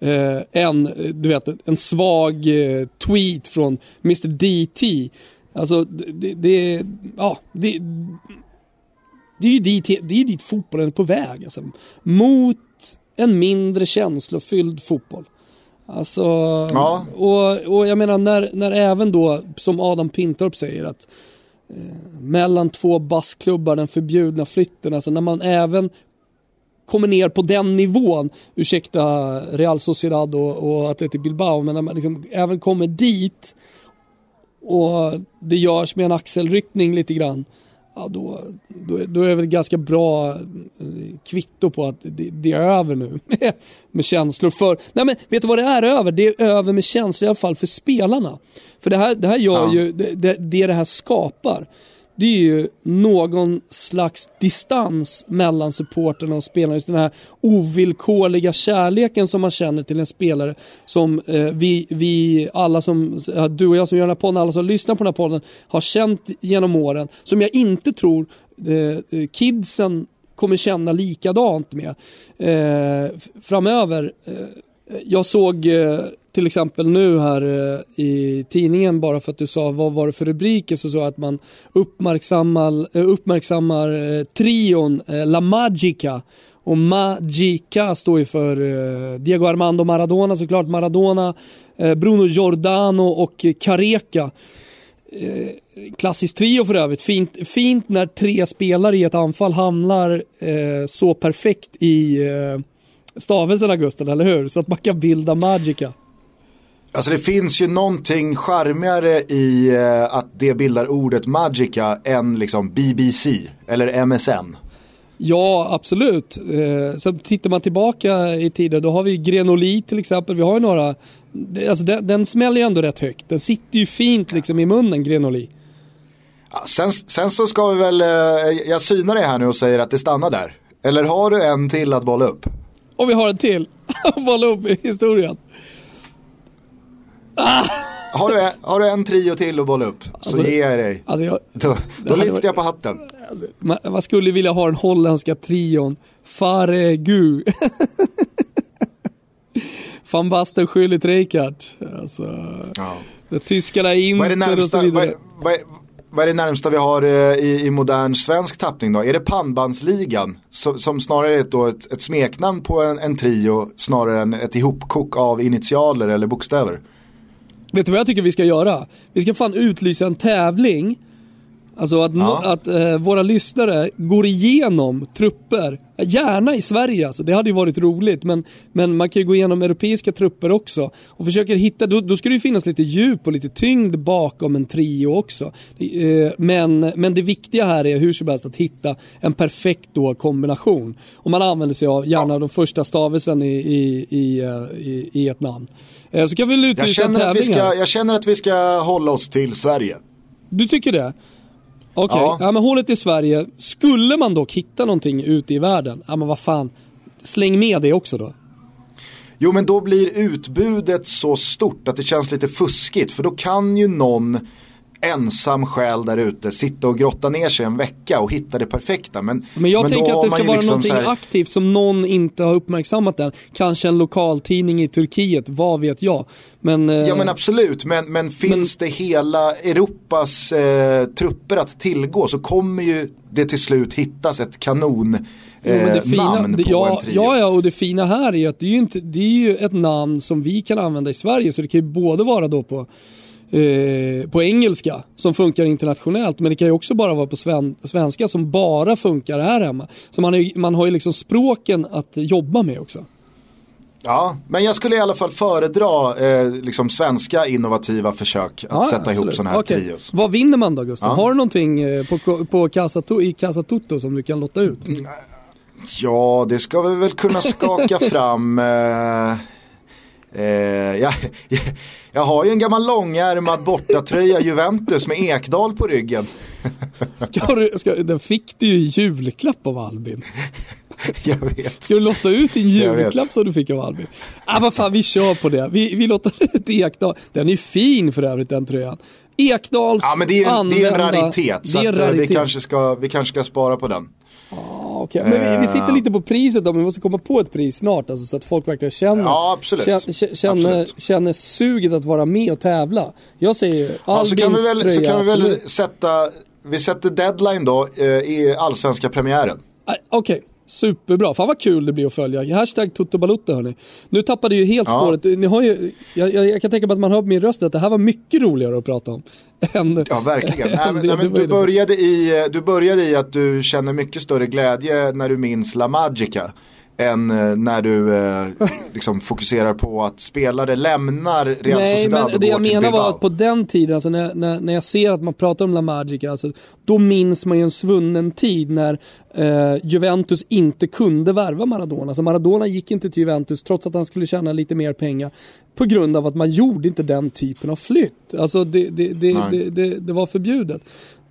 En svag tweet från Mr. DT. Alltså det är ju dit fotbollen är på väg, alltså, mot en mindre känslofylld fotboll. Alltså, ja. Och jag menar när även då, som Adam Pintorp säger, att mellan två baskklubbar, den förbjudna flytten, alltså när man även kommer ner på den nivån, ursäkta Real Sociedad och Athletic Bilbao, men när man liksom även kommer dit och det görs med en axelryckning lite grann, ja, då är det väl ganska bra kvitto på att det är över nu med känslor för. Nej, men vet du vad det är över? Det är över med känslor i alla fall för spelarna. För det här gör ju det här skapar. Det är ju någon slags distans mellan supporterna och spelarna. Just den här ovillkorliga kärleken som man känner till en spelare som vi alla som, du och jag som gör den här podden, alla som lyssnar på den här podden har känt genom åren. Som jag inte tror kidsen kommer känna likadant med framöver. Jag såg till exempel nu här i tidningen, bara för att du sa vad var det för rubriker, så att man uppmärksammar trion La Magica. Och Magica står ju för Diego Armando Maradona, såklart Maradona, Bruno Giordano och Careca. Klassisk trio för övrigt. Fint när tre spelare i ett anfall hamnar så perfekt i stavelsen, Augusten, eller hur? Så att man kan bilda Magica. Alltså det finns ju någonting charmigare i att det bildar ordet Magica än liksom BBC eller MSN. Ja, absolut. Så tittar man tillbaka i tiden, då har vi Grenoli till exempel. Vi har ju några, alltså den smäller ju ändå rätt högt. Den sitter ju fint liksom i munnen, Grenoli. Ja, sen så ska vi väl, jag synar dig här nu och säger att det stannar där. Eller har du en till att bolla upp? Och vi har en till att bolla upp i historien. Har du en trio till att bolla upp, så ger jag dig. Alltså då lyfter jag på hatten. Alltså, man skulle vilja ha den holländska trion Faregu. Van Basten, Schürrle, Rijkaard. Alltså, det tyskarna är Inter och så vidare. Vad är det närmsta vi har i modern svensk tappning då? Är det pannbandsligan som snarare är då ett smeknamn på en trio snarare än ett ihopkok av initialer eller bokstäver? Vet du vad jag tycker vi ska göra? Vi ska fan utlysa en tävling. Alltså att våra lyssnare går igenom trupper. Gärna i Sverige, alltså. Det hade ju varit roligt. Men man kan ju gå igenom europeiska trupper också. Och försöker hitta, då ska det ju finnas lite djup och lite tyngd bakom en trio också. Men det viktiga här är hur som helst att hitta en perfekt då kombination. Och man använder sig av gärna de första stavelsen i ett namn. Så kan vi utlysa en tävling här. Jag känner att vi ska hålla oss till Sverige. Du tycker det? Okej, ja, men hållet i Sverige. Skulle man dock hitta någonting ute i världen, ja men vad fan, släng med det också då. Jo, men då blir utbudet så stort att det känns lite fuskigt. För då kan ju någon ensam själ där ute sitta och grotta ner sig en vecka och hitta det perfekta. Men jag tänker att det ska vara liksom någonting aktivt som någon inte har uppmärksammat än. Kanske en lokaltidning i Turkiet, vad vet jag. Ja, men absolut. Men finns det hela Europas trupper att tillgå, så kommer ju det till slut hittas ett kanon namn på en trio. Ja, och det fina här är ju att det är ju ett namn som vi kan använda i Sverige, så det kan ju både vara då på engelska som funkar internationellt, men det kan ju också bara vara på svenska som bara funkar här hemma. Så man har ju liksom språken att jobba med också. Ja, men jag skulle i alla fall föredra liksom svenska innovativa försök att sätta ihop sådana här trios. Vad vinner man då, Gustav? Har du någonting på i Casa Tutto som du kan lotta ut? Ja, det ska vi väl kunna skaka fram. Jag har ju en gammal långärmad bortatröja Juventus med Ekdal på ryggen. Den fick du ju julklapp av Albin. Jag vet. Ska du lotta ut din julklapp som du fick av Albin? Vad fan, vi kör på det. Vi lottar ut Ekdal. Den är fin för övrigt, den tröjan. Ekdals men det är en raritet. Så att vi kanske ska spara på den. Okay. Men vi sitter lite på priset då, men vi måste komma på ett pris snart, alltså, så att folk verkligen känner suget att vara med och tävla. Jag säger Albins så kan vi väl vi sätter deadline då i allsvenska premiären. Okej. Superbra, fan vad kul det blir att följa. Hashtag Tuttobalutta, hörni. Nu tappade ju helt spåret. Ni har ju, jag kan tänka på att man hör på min röst att det här var mycket roligare att prata om. Verkligen. Du började i att du känner mycket större glädje när du minns La Magica än när du liksom fokuserar på att spelare lämnar Real Sociedad. Nej, men det jag menar var att på den tiden, alltså när jag ser att man pratar om La Magica, alltså, då minns man ju en svunnen tid när Juventus inte kunde värva Maradona. Alltså Maradona gick inte till Juventus trots att han skulle tjäna lite mer pengar på grund av att man gjorde inte den typen av flytt. Alltså det var förbjudet.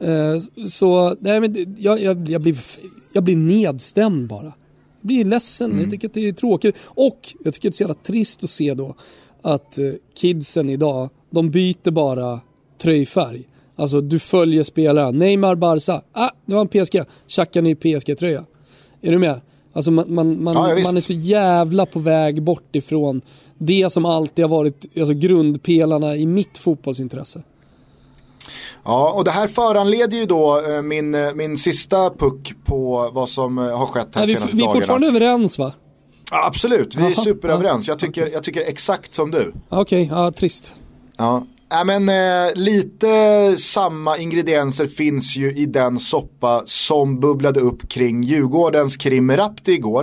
Så nej, men jag blir nedstämd bara. Jag blir ledsen, jag tycker att det är tråkigt. Och jag tycker att det är så jävla trist att se då att kidsen idag, de byter bara tröjfärg. Alltså du följer spelaren. Neymar, Barca. Nu har han PSG. Tjackar ny PSG-tröja. Är du med? Alltså man är så jävla på väg bort ifrån det som alltid har varit alltså grundpelarna i mitt fotbollsintresse. Ja, och det här föranleder ju då min sista puck på vad som har skett här senaste dagarna. Vi är fortfarande överens, va? Ja, absolut, vi är superöverens. Jag tycker exakt som du. Okej, trist. Ja. Men lite samma ingredienser finns ju i den soppa som bubblade upp kring Djurgårdens Krim Rapti igår.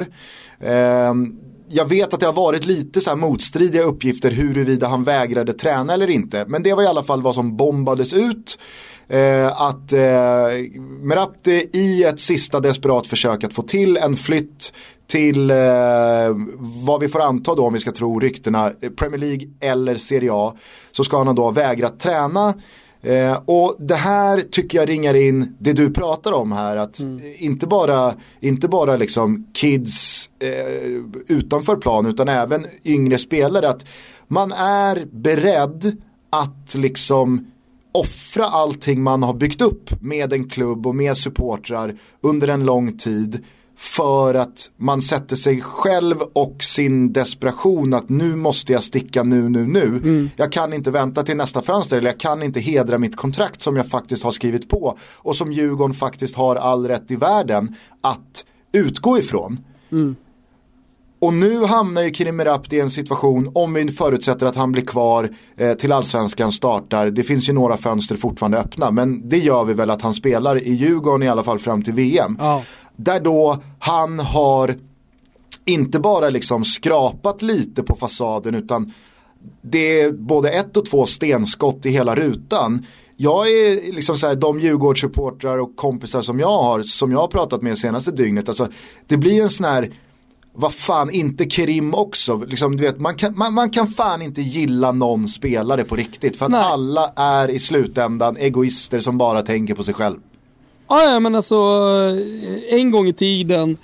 Jag vet att det har varit lite så här motstridiga uppgifter huruvida han vägrade träna eller inte. Men det var i alla fall vad som bombades ut. Att Merabti i ett sista desperat försök att få till en flytt till vad vi får anta då, om vi ska tro ryktena, Premier League eller Serie A, så ska han då vägra träna Och det här tycker jag ringar in det du pratar om här, att inte bara liksom kids utanför plan, utan även yngre spelare, att man är beredd att liksom offra allting man har byggt upp med en klubb och med supportrar under en lång tid, för att man sätter sig själv och sin desperation att nu måste jag sticka nu. Jag kan inte vänta till nästa fönster, eller jag kan inte hedra mitt kontrakt som jag faktiskt har skrivit på och som Djurgården faktiskt har all rätt i världen att utgå ifrån. Och nu hamnar ju Kerim Merabti i en situation, om vi förutsätter att han blir kvar till Allsvenskan startar. Det finns ju några fönster fortfarande öppna, men det gör vi väl att han spelar i Djurgården i alla fall fram till VM. Där då han har inte bara liksom skrapat lite på fasaden, utan det är både 1 och 2 stenskott i hela rutan. Jag är liksom så här, de Djurgårdssupportrar och kompisar som jag har pratat med senaste dygnet, alltså det blir en sån här, vad fan, inte Kerim också liksom, du vet, man kan fan inte gilla någon spelare på riktigt, för att alla är i slutändan egoister som bara tänker på sig själv. Ja, men alltså en gång i tiden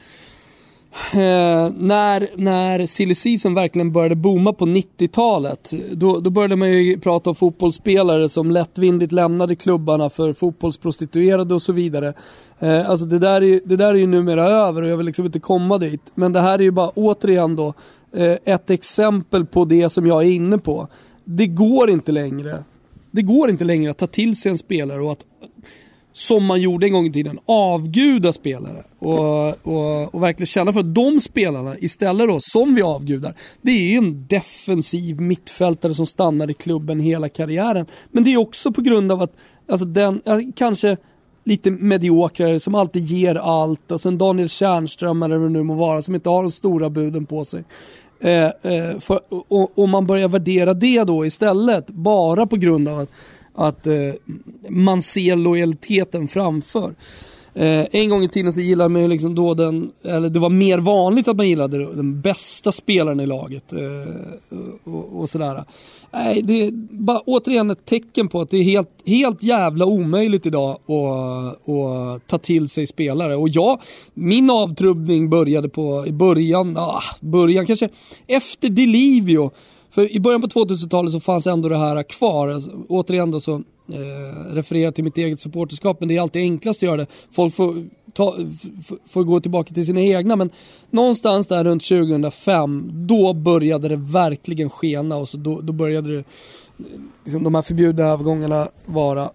när silly season verkligen började booma på 90-talet, då började man ju prata om fotbollsspelare som lättvindigt lämnade klubbarna för fotbollsprostituerade och så vidare. Alltså det där är ju numera över, och jag vill liksom inte komma dit. Men det här är ju bara återigen då ett exempel på det som jag är inne på. Det går inte längre att ta till sig en spelare och att, som man gjorde en gång i tiden, avguda spelare och verkligen känna för att de spelarna istället då, som vi avgudar, det är ju en defensiv mittfältare som stannar i klubben hela karriären. Men det är också på grund av att alltså den kanske lite mediokrare som alltid ger allt, alltså en Daniel Tjärnström eller vad det nu må vara, som inte har de stora buden på sig. Och man börjar värdera det då istället, bara på grund av att man ser lojaliteten framför. En gång i tiden så gillade man ju liksom då det var mer vanligt att man gillade den bästa spelaren i laget och sådär. Nej, det är bara återigen ett tecken på att det är helt jävla omöjligt idag att ta till sig spelare. Och min avtrubbning började i början kanske efter Delivio. För i början på 2000-talet så fanns ändå det här kvar. Alltså, återigen då så refererar till mitt eget supporterskap, men det är alltid enklast att göra det. Folk får gå tillbaka till sina egna, men någonstans där runt 2005 då började det verkligen skena, och så då började det liksom, de här förbjudna övergångarna vara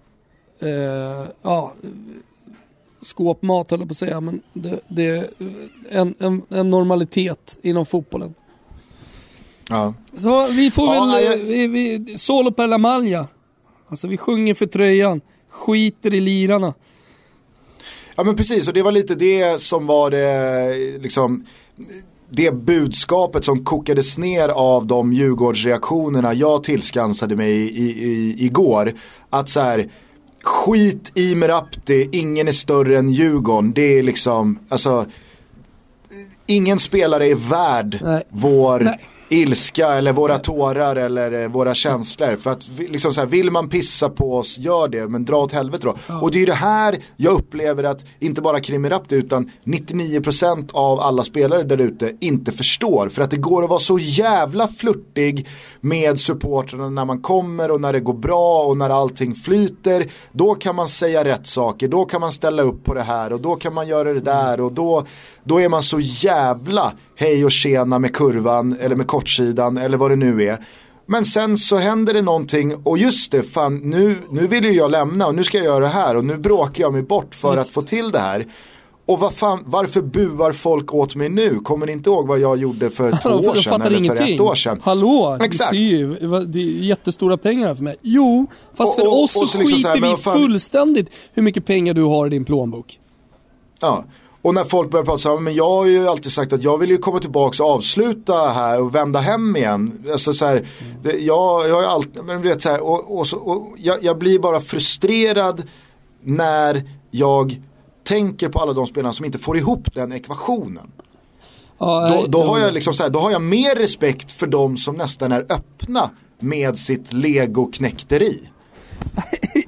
skåpmat, höll jag på att säga, men det är en normalitet inom fotbollen. Ja. Så vi får vi solo per la maglia. Alltså vi sjunger för tröjan, skiter i lirarna. Ja, men precis, och det var lite det som var det liksom, det budskapet som kokades ner av de Djurgårdsreaktionerna jag tillskansade mig igår. Att så här, skit i Merabti, ingen är större än Djurgården. Det är liksom, alltså, ingen spelare är värd vår ilska eller våra tårar eller våra känslor, för att liksom så här, vill man pissa på oss, gör det, men dra åt helvete då. Och det är det här jag upplever att inte bara Kerim Merabti utan 99% av alla spelare där ute inte förstår, för att det går att vara så jävla flirtig med supporterna när man kommer och när det går bra och när allting flyter. Då kan man säga rätt saker, då kan man ställa upp på det här och då kan man göra det där, och då är man så jävla hej och tjena med kurvan eller med kortsidan eller vad det nu är. Men sen så händer det någonting, och just det, fan, nu vill ju jag lämna och nu ska jag göra det här och nu bråkar jag mig bort för att få till det här. Och varför buar folk åt mig nu? Kommer ni inte ihåg vad jag gjorde för 2 år sedan eller ingenting. För 1 år sedan? Hallå, exakt. Det är jättestora pengar för mig. Jo, fast för oss så skiter liksom vi fullständigt hur mycket pengar du har i din plånbok. Ja. Och när folk börjar prata så här, men jag har ju alltid sagt att jag vill ju komma tillbaka och avsluta här och vända hem igen. Alltså så här, jag har ju alltid, men vet så här, och jag blir bara frustrerad när jag tänker på alla de spelarna som inte får ihop den ekvationen. Då har jag liksom så här, då har jag mer respekt för de som nästan är öppna med sitt legoknäkteri.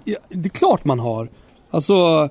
det är klart man har. Alltså,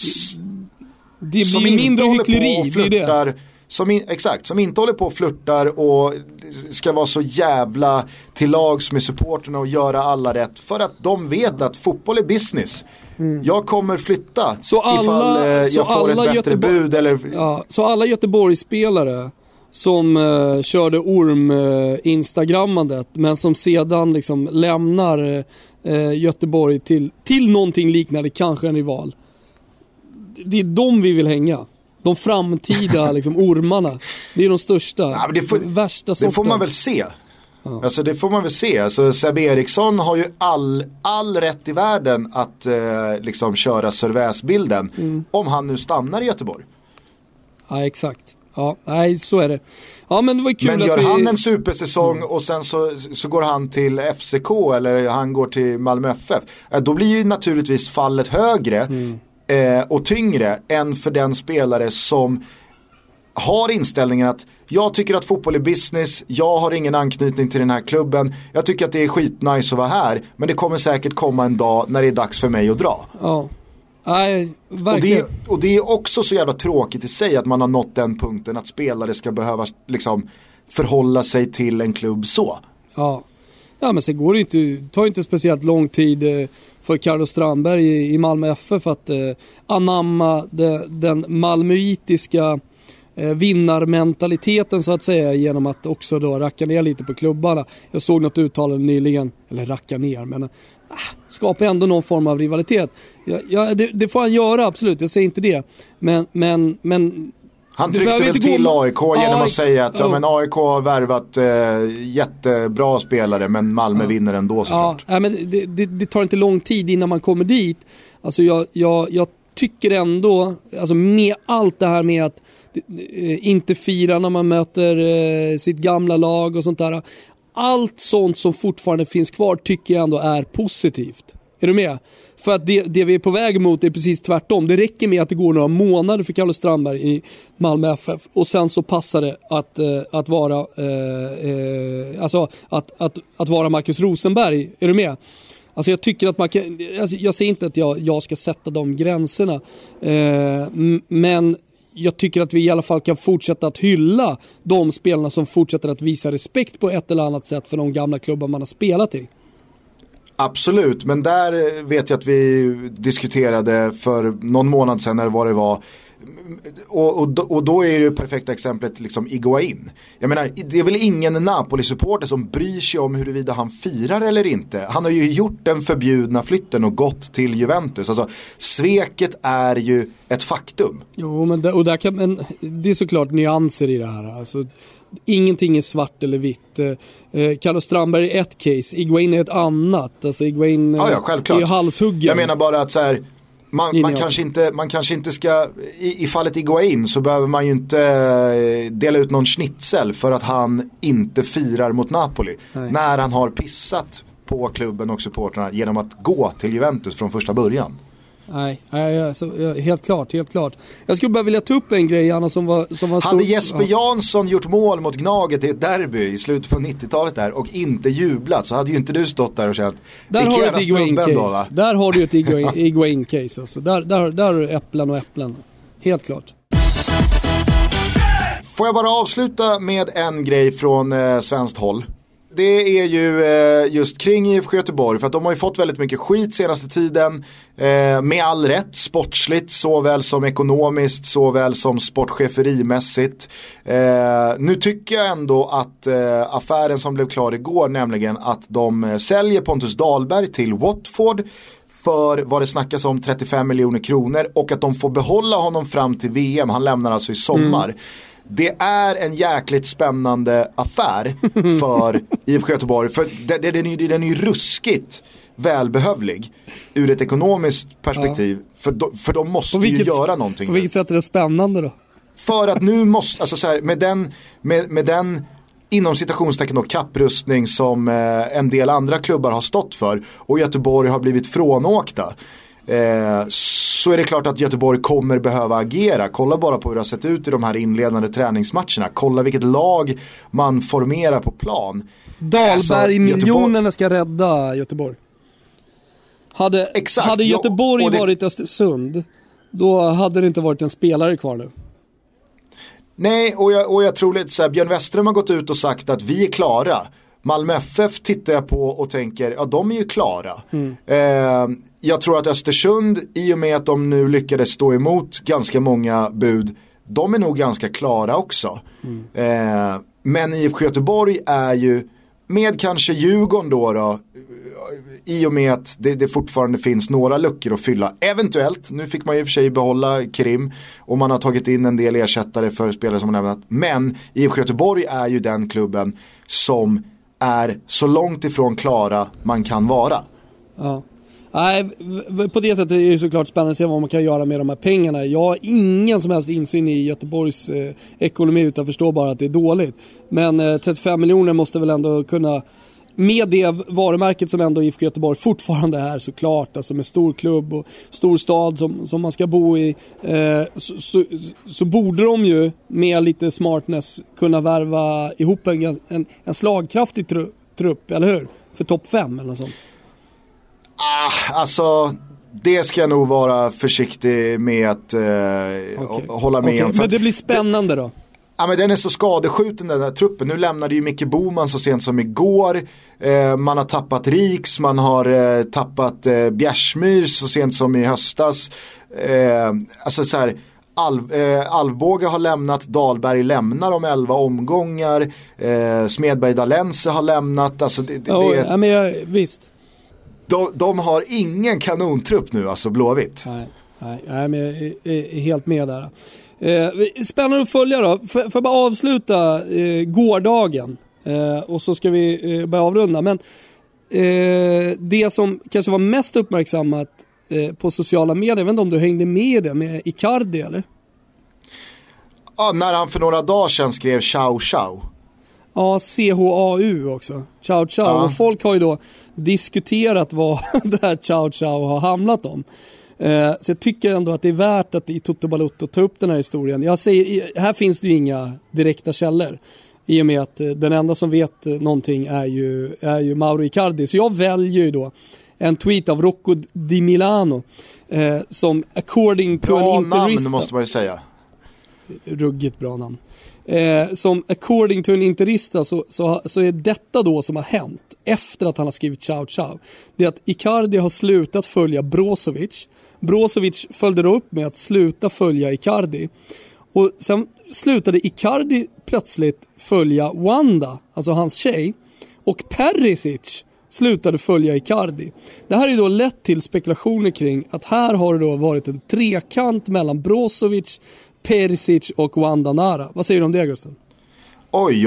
det blir mindre hyckleri, det är det. Som inte håller på och flirtar och ska vara så jävla till lags med supporterna och göra alla rätt, för att de vet att fotboll är business. Jag kommer flytta ifall jag får ett bättre bud eller... Så alla Göteborgsspelare som körde Instagrammandet men som sedan liksom lämnar Göteborg till någonting liknande, kanske en rival. Det är de vi vill hänga. De framtida liksom, ormarna. Det är de största. Värsta sorten. Det får man väl se. Alltså det får man väl se. Alltså, Sebbe Eriksson har ju all rätt i världen att liksom köra serväsbilden. Om han nu stannar i Göteborg. Ja, exakt. Ja, nej, så är det. Ja, men det var kul. Men gör han en supersäsong och sen så går han till FCK eller han går till Malmö FF. Då blir ju naturligtvis fallet högre och tyngre än för den spelare som har inställningen att jag tycker att fotboll är business, jag har ingen anknytning till den här klubben, jag tycker att det är skitnice att vara här, men det kommer säkert komma en dag när det är dags för mig att dra. Ja. Nej, verkligen. Och det är också så jävla tråkigt i sig att man har nått den punkten att spelare ska behöva liksom förhålla sig till en klubb så. Ja, men sen går det inte, tar inte speciellt lång tid för Carlos Strandberg i Malmö FF att anamma den malmöitiska vinnarmentaliteten så att säga, genom att också då racka ner lite på klubbarna. Jag såg något uttalande nyligen, eller racka ner, men skapa ändå någon form av rivalitet. Det får han göra, absolut, jag säger inte det. Men han tryckte väl till AIK genom att säga att men AIK har värvat jättebra spelare, men Malmö vinner ändå såklart. Ja, men det tar inte lång tid innan man kommer dit. Alltså jag tycker ändå, alltså med allt det här med att inte fira när man möter sitt gamla lag och sånt där. Allt sånt som fortfarande finns kvar tycker jag ändå är positivt. Är du med? För att det vi är på väg mot är precis tvärtom. Det räcker med att det går några månader för Carlos Strandberg i Malmö FF och sen så passar det att vara alltså att vara Marcus Rosenberg. Är du med? Alltså jag tycker att man kan, alltså jag säger inte att jag ska sätta de gränserna, men jag tycker att vi i alla fall kan fortsätta att hylla de spelarna som fortsätter att visa respekt på ett eller annat sätt för de gamla klubbar man har spelat i. Absolut, men där vet jag att vi diskuterade för någon månad sedan eller vad det var. Och då är det perfekta exemplet liksom Higuaín. Jag menar, det är väl ingen Napoli-supporter som bryr sig om huruvida han firar eller inte. Han har ju gjort den förbjudna flytten och gått till Juventus. Alltså, sveket är ju ett faktum. Jo, men det är såklart nyanser i det här. Alltså, ingenting är svart eller vitt. Carlos Strandberg är ett case, Higuaín är ett annat. Alltså Higuaín är ju halshuggen. Jag menar bara att så här, man kanske inte ska, i fallet Higuaín så behöver man ju inte dela ut någon schnitzel för att han inte firar mot Napoli. Nej. När han har pissat på klubben och supporterna genom att gå till Juventus från första början. Nej, helt klart. Jag skulle bara vilja ta upp en grej, Anna, som var hade Jesper Jansson gjort mål mot Gnaget i ett derby i slutet på 90-talet där och inte jublat, så hade ju inte du stått där och känt där har du ett Higuaín-case. Där har du ett Higuaín-case alltså. Där har du äpplen och äpplen. Helt klart. Får jag bara avsluta med en grej från svenskt håll. Det är ju just kring IFK Göteborg, för att de har ju fått väldigt mycket skit senaste tiden, med all rätt, sportsligt såväl som ekonomiskt, såväl som sportcheferimässigt. Nu tycker jag ändå att affären som blev klar igår, nämligen att de säljer Pontus Dahlberg till Watford för vad det snackas om 35 miljoner kronor, och att de får behålla honom fram till VM. Han lämnar alltså i sommar. Det är en jäkligt spännande affär för IFK Göteborg, för den är ju ruskigt välbehövlig ur ett ekonomiskt perspektiv, för de måste ju göra någonting. På vilket sätt är det spännande då? För att nu måste, alltså så här, med den inom citationstecken och kapprustning som en del andra klubbar har stått för, och Göteborg har blivit frånåkta, så är det klart att Göteborg kommer behöva agera. Kolla bara på hur det har sett ut i de här inledande träningsmatcherna. Kolla vilket lag man formerar på plan. Dahlberg, miljonerna ska rädda Göteborg. Hade Göteborg varit Östersund, då hade det inte varit en spelare kvar nu. Nej, och jag tror lite så här, Björn Westerholm har gått ut och sagt att vi är klara. Malmö FF tittar jag på och tänker, ja, de är ju klara. Jag tror att Östersund, i och med att de nu lyckades stå emot ganska många bud, de är nog ganska klara också. Men IFK Göteborg är ju, med kanske Djurgården då, i och med att det fortfarande finns några luckor att fylla. Eventuellt, nu fick man ju för sig behålla Krim och man har tagit in en del ersättare för spelare som man nämnt. Men IFK Göteborg är ju den klubben som är så långt ifrån klara man kan vara. Ja. Nej, på det sättet är det såklart spännande att se vad man kan göra med de här pengarna. Jag har ingen som helst insyn i Göteborgs ekonomi, utan förstår bara att det är dåligt. Men 35 miljoner måste väl ändå kunna, med det varumärket som ändå IFK Göteborg fortfarande är såklart, alltså med stor klubb och stor stad som man ska bo i, så borde de ju med lite smartness kunna värva ihop en slagkraftig trupp, eller hur? För topp 5 eller något sånt. Alltså, det ska jag nog vara försiktig med att hålla med om. Men det blir spännande då. Ja, men den är så skadeskjuten, den här truppen. Nu lämnade ju Micke Boman så sent som igår. Man har tappat Riks, man har tappat Bjärsmyr så sent som i höstas. Alltså så här, Alvbåge har lämnat, Dahlberg lämnar om 11 omgångar. Smedberg Dalense har lämnat. Alltså ja, men visst. De har ingen kanontrupp nu, alltså Blåvitt. Nej, men jag är helt med där. Spännande att följa då. Får jag bara avsluta gårdagen och så ska vi börja avrunda. Men det som kanske var mest uppmärksammat på sociala medier, jag vet inte om du hängde med det, med Icardi eller? Ja, när han för några dagar sedan skrev ciao ciao. Ja, CHAU också. Ciao ciao. Ja. Och folk har ju då diskuterat vad det här ciao ciao har handlat om. Så jag tycker ändå att det är värt att i Toto Balotto ta upp den här historien. Jag säger, här finns det ju inga direkta källor. I och med att den enda som vet någonting är ju Mauro Icardi. Så jag väljer ju då en tweet av Rocco Di Milano som according to an interista. Bra namn måste man ju säga. Ruggigt bra namn. Som according to an interista så är detta då som har hänt efter att han har skrivit ciao ciao. Det är att Icardi har slutat följa Brozovic. Brozovic följde då upp med att sluta följa Icardi. Och sen slutade Icardi plötsligt följa Wanda, alltså hans tjej. Och Perisic slutade följa Icardi. Det här är då lett till spekulationer kring att här har det då varit en trekant mellan Brozovic, Perisic och Wanda Nara. Vad säger du om det, Gusten? Oj.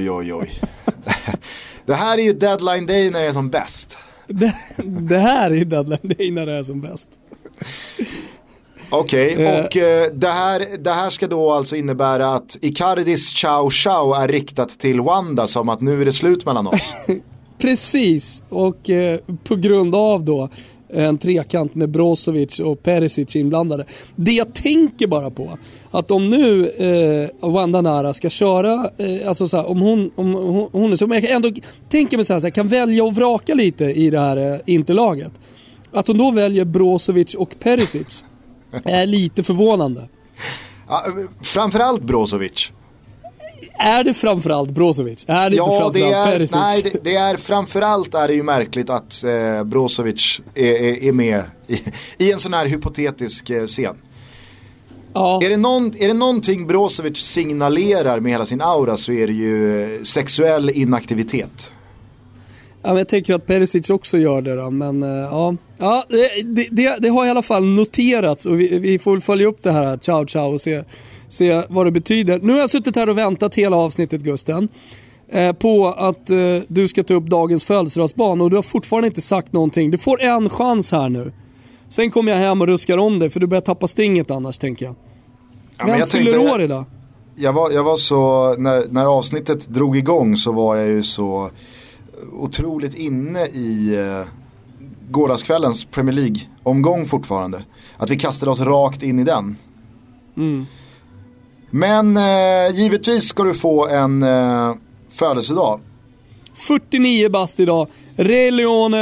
Det här är ju deadline day när det är som bäst. Det här är ju deadline day när det är som bäst. Okej, och det här ska då alltså innebära att Icardis ciao ciao är riktat till Wanda, som att nu är det slut mellan oss. Precis, och på grund av då en trekant med Brozovic och Perisic inblandade. Det jag tänker bara på, att om nu Wanda Nara ska köra, alltså så här, om hon är så, men jag ändå tänker mig så här, kan välja och vraka lite i det här interlaget. Att hon då väljer Brozovic och Perisic är lite förvånande. Ja, framförallt Brozovic. Är det framförallt Brozovic? Är det inte framförallt Perisic? Nej, det är framförallt är det ju märkligt att Brozovic är med i en sån här hypotetisk scen. Ja. Är det någonting Brozovic signalerar med hela sin aura, så är det ju sexuell inaktivitet. Ja, men jag tänker att Perisic också gör det då, men ja, det har i alla fall noterats, och vi får följa upp det här ciao ciao och se vad det betyder. Nu har jag suttit här och väntat hela avsnittet, Gusten, på att du ska ta upp dagens födelsedagsbarn, och du har fortfarande inte sagt någonting. Du får en chans här nu. Sen kommer jag hem och ruskar om dig, för du börjar tappa stinget annars, tänker jag. Ja, men jag fyller år idag. Jag var så, när avsnittet drog igång så var jag ju så otroligt inne i gårdagskvällens Premier League-omgång fortfarande. Att vi kastade oss rakt in i den. Mm. Men givetvis ska du få en födelsedag. 49 bast idag. Re Leone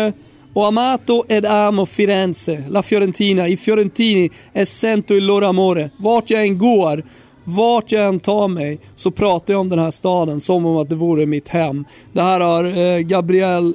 Ho amato ed amo Firenze, la Fiorentina, i Fiorentini e sento il loro amore. Vart jag än går, vart jag än tar mig, så pratar jag om den här staden som om att det vore mitt hem. Det här har Gabriel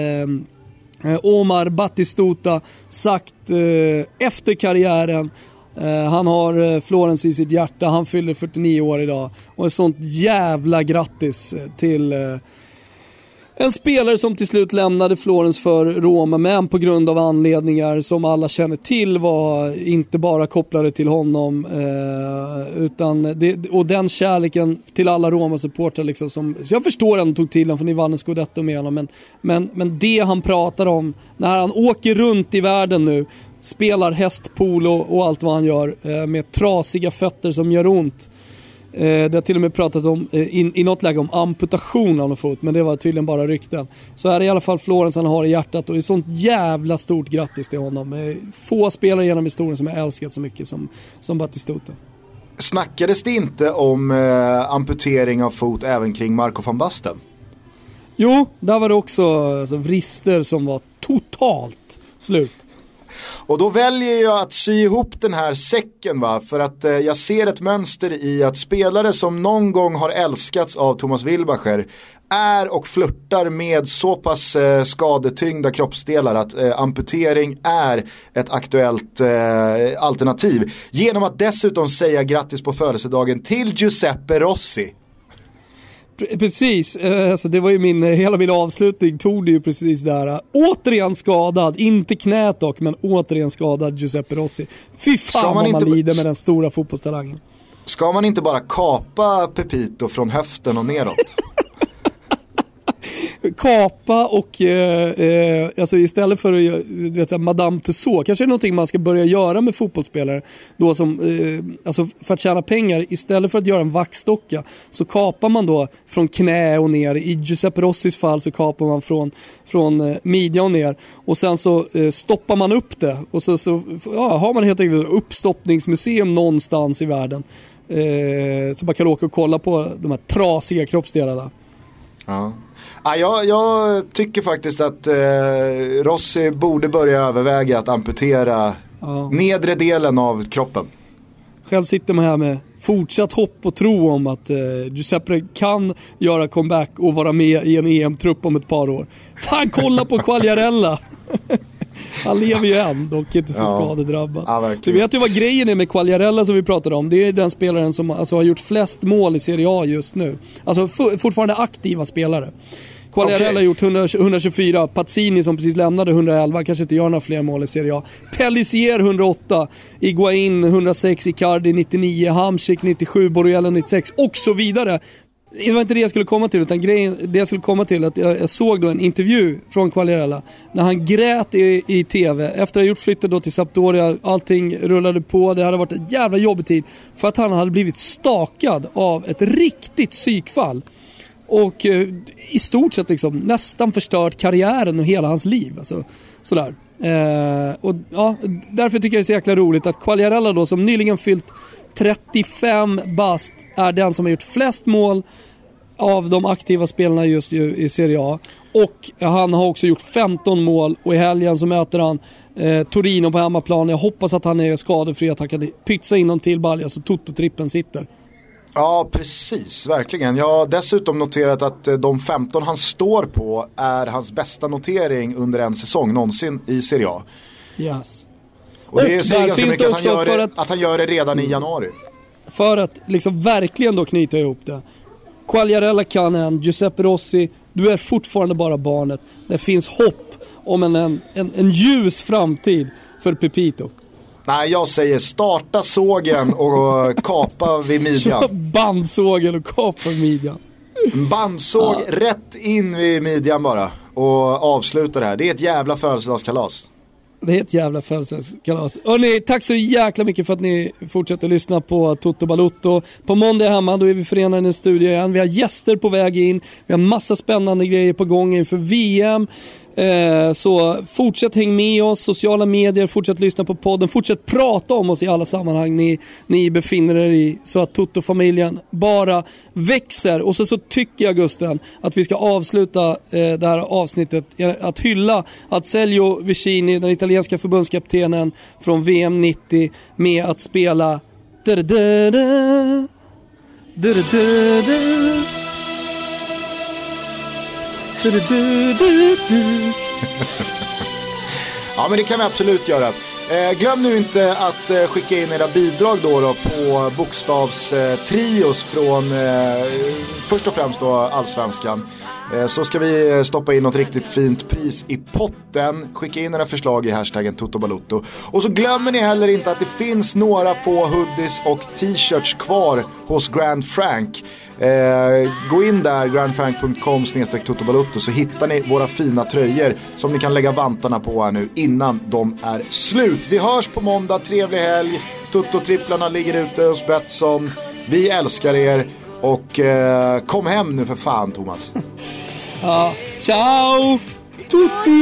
Omar Battistuta sagt efter karriären. Han har Florens i sitt hjärta. Han fyller 49 år idag. Och ett sånt jävla grattis till en spelare som till slut lämnade Florens för Roma, men på grund av anledningar som alla känner till var inte bara kopplade till honom, utan och den kärleken till alla Roma-supportrar liksom, som så jag förstår att han tog till honom, för ni vann en scudetto med honom, men det han pratar om när han åker runt i världen nu, spelar hästpolo och allt vad han gör med trasiga fötter som gör ont. Det har till och med pratat om i något läge om amputation av någon fot, men det var tydligen bara rykten. Så är det i alla fall Florens han har i hjärtat, och det är sånt jävla stort grattis till honom. Få spelare genom historien som jag älskat så mycket som Battistuta. Snackades det inte om amputering av fot även kring Marco van Basten? Jo, där var det också alltså, vrister som var totalt slut. Och då väljer jag att sy ihop den här säcken, va? För att jag ser ett mönster i att spelare som någon gång har älskats av Thomas Wilbacher är och flirtar med så pass skadetyngda kroppsdelar att amputering är ett aktuellt alternativ. Genom att dessutom säga grattis på födelsedagen till Giuseppe Rossi. Precis, alltså det var ju hela min avslutning tog det ju precis där. Återigen skadad, inte knät dock, men återigen skadad Giuseppe Rossi. Fy fan vad man lider med den stora fotbollstalangen. Ska man inte bara kapa Pepito från höften och neråt? Kapa och alltså istället för att Madame Tussauds, kanske är någonting man ska börja göra med fotbollsspelare då, som alltså för att tjäna pengar, istället för att göra en vaxdocka så kapar man då från knä och ner. I Giuseppe Rossis fall så kapar man från midja och ner, och sen så stoppar man upp det, och så har man helt enkelt ett uppstoppningsmuseum någonstans i världen, så man kan åka och kolla på de här trasiga kroppsdelarna. Ja. Jag tycker faktiskt att Rossi borde börja överväga att amputera nedre delen av kroppen. Själv sitter man här med fortsatt hopp och tro om att Giuseppe kan göra comeback och vara med i en EM-trupp om ett par år. Fan, kolla på Quagliarella! Han lever ju än, dock inte så skadedrabbad. Ja, du vet ju vad grejen är med Quagliarella som vi pratade om. Det är den spelaren som alltså har gjort flest mål i Serie A just nu. Alltså fortfarande aktiva spelare. Quagliarella har gjort 124, Pazzini som precis lämnade 111, kanske inte gör några fler mål i Serie A. Pellissier 108, Higuain 106, Icardi 99, Hamsik 97, Borriello 96 och så vidare. Det var inte det jag skulle komma till, utan det jag skulle komma till att jag såg då en intervju från Quagliarella när han grät i tv efter att ha gjort flyttet då till Sampdoria. Allting rullade på, det hade varit en jävla jobbig tid för att han hade blivit stakad av ett riktigt psykfall och i stort sett liksom nästan förstört karriären och hela hans liv, alltså, sådär. Och ja, därför tycker jag det är så jäkla roligt att Quagliarella då, som nyligen fyllt 35 bast, är den som har gjort flest mål av de aktiva spelarna just i Serie A, och han har också gjort 15 mål, och i helgen så möter han Torino på hemmaplan. Jag hoppas att han är skadefri, att han kan pytsa in någon till balja så Toto-trippen sitter. Ja, precis, verkligen. Jag har dessutom noterat att de 15 han står på är hans bästa notering under en säsong någonsin i Serie A. Yes. Och det säger ganska mycket att han gör det redan i januari. För att liksom verkligen då knyta ihop det. Quagliarella kan en, Giuseppe Rossi, du är fortfarande bara barnet. Det finns hopp om en ljus framtid för Pepito. Nej, jag säger starta sågen och kapa vid midjan. Bandsågen och kapa vid midjan. Bandsåg rätt in vid midjan bara och avsluta det här. Det är ett jävla födelsedagskalas. Det är ett jävla födelsedagskalas. Hörrni, tack så jäkla mycket för att ni fortsätter lyssna på Toto Balutto. På måndag hemma, då är vi förenade i en studio igen. Vi har gäster på väg in. Vi har massa spännande grejer på gång inför VM. Så fortsätt häng med oss, sociala medier, fortsätt lyssna på podden, fortsätt prata om oss i alla sammanhang ni befinner er i, så att Toto-familjen bara växer. Och så tycker jag, Gusten, att vi ska avsluta det här avsnittet att hylla Azeglio Vicini, den italienska förbundskaptenen från VM 90, med att spela Ja, men det kan vi absolut göra. Glöm nu inte att skicka in era bidrag då på bokstavstrios från först och främst då Allsvenskan. Så ska vi stoppa in något riktigt fint pris i potten. Skicka in era förslag i hashtaggen Totobalotto. Och så glömmer ni heller inte att det finns några få hoodies och t-shirts kvar hos Grand Frank. Gå in där, grandfrank.com/totobalotto, så hittar ni våra fina tröjor som ni kan lägga vantarna på här nu innan de är slut. Vi hörs på måndag, trevlig helg. Toto-tripplarna ligger ute hos Betsson. Vi älskar er och kom hem nu för fan, Thomas. Ja, ciao tutti.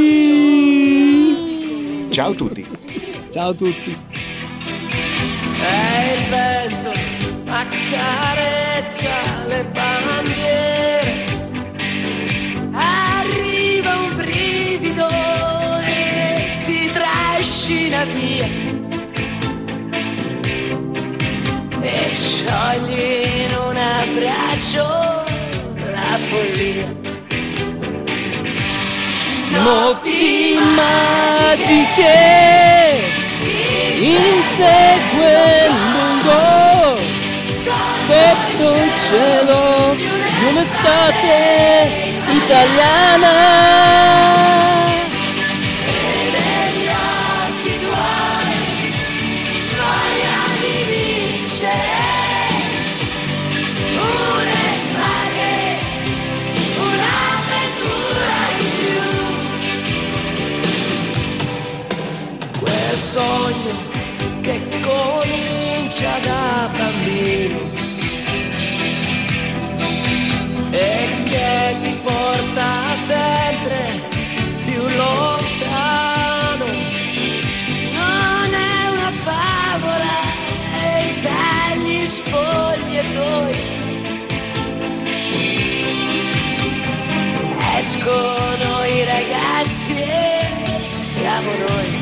Ciao tutti. Ciao tutti. Il vento accarezza le bandiere, arriva un brivido e ti trascina via e sciogli in un abbraccio la follia. Notti magiche inseguendo un gol sotto il cielo di un'estate italiana. E negli occhi tuoi voglia di vincere un'estate, un'avventura in più. Quel sogno che comincia da bambino e che ti porta sempre più lontano. Non è una favola e dagli spogliatoi escono i ragazzi e siamo noi.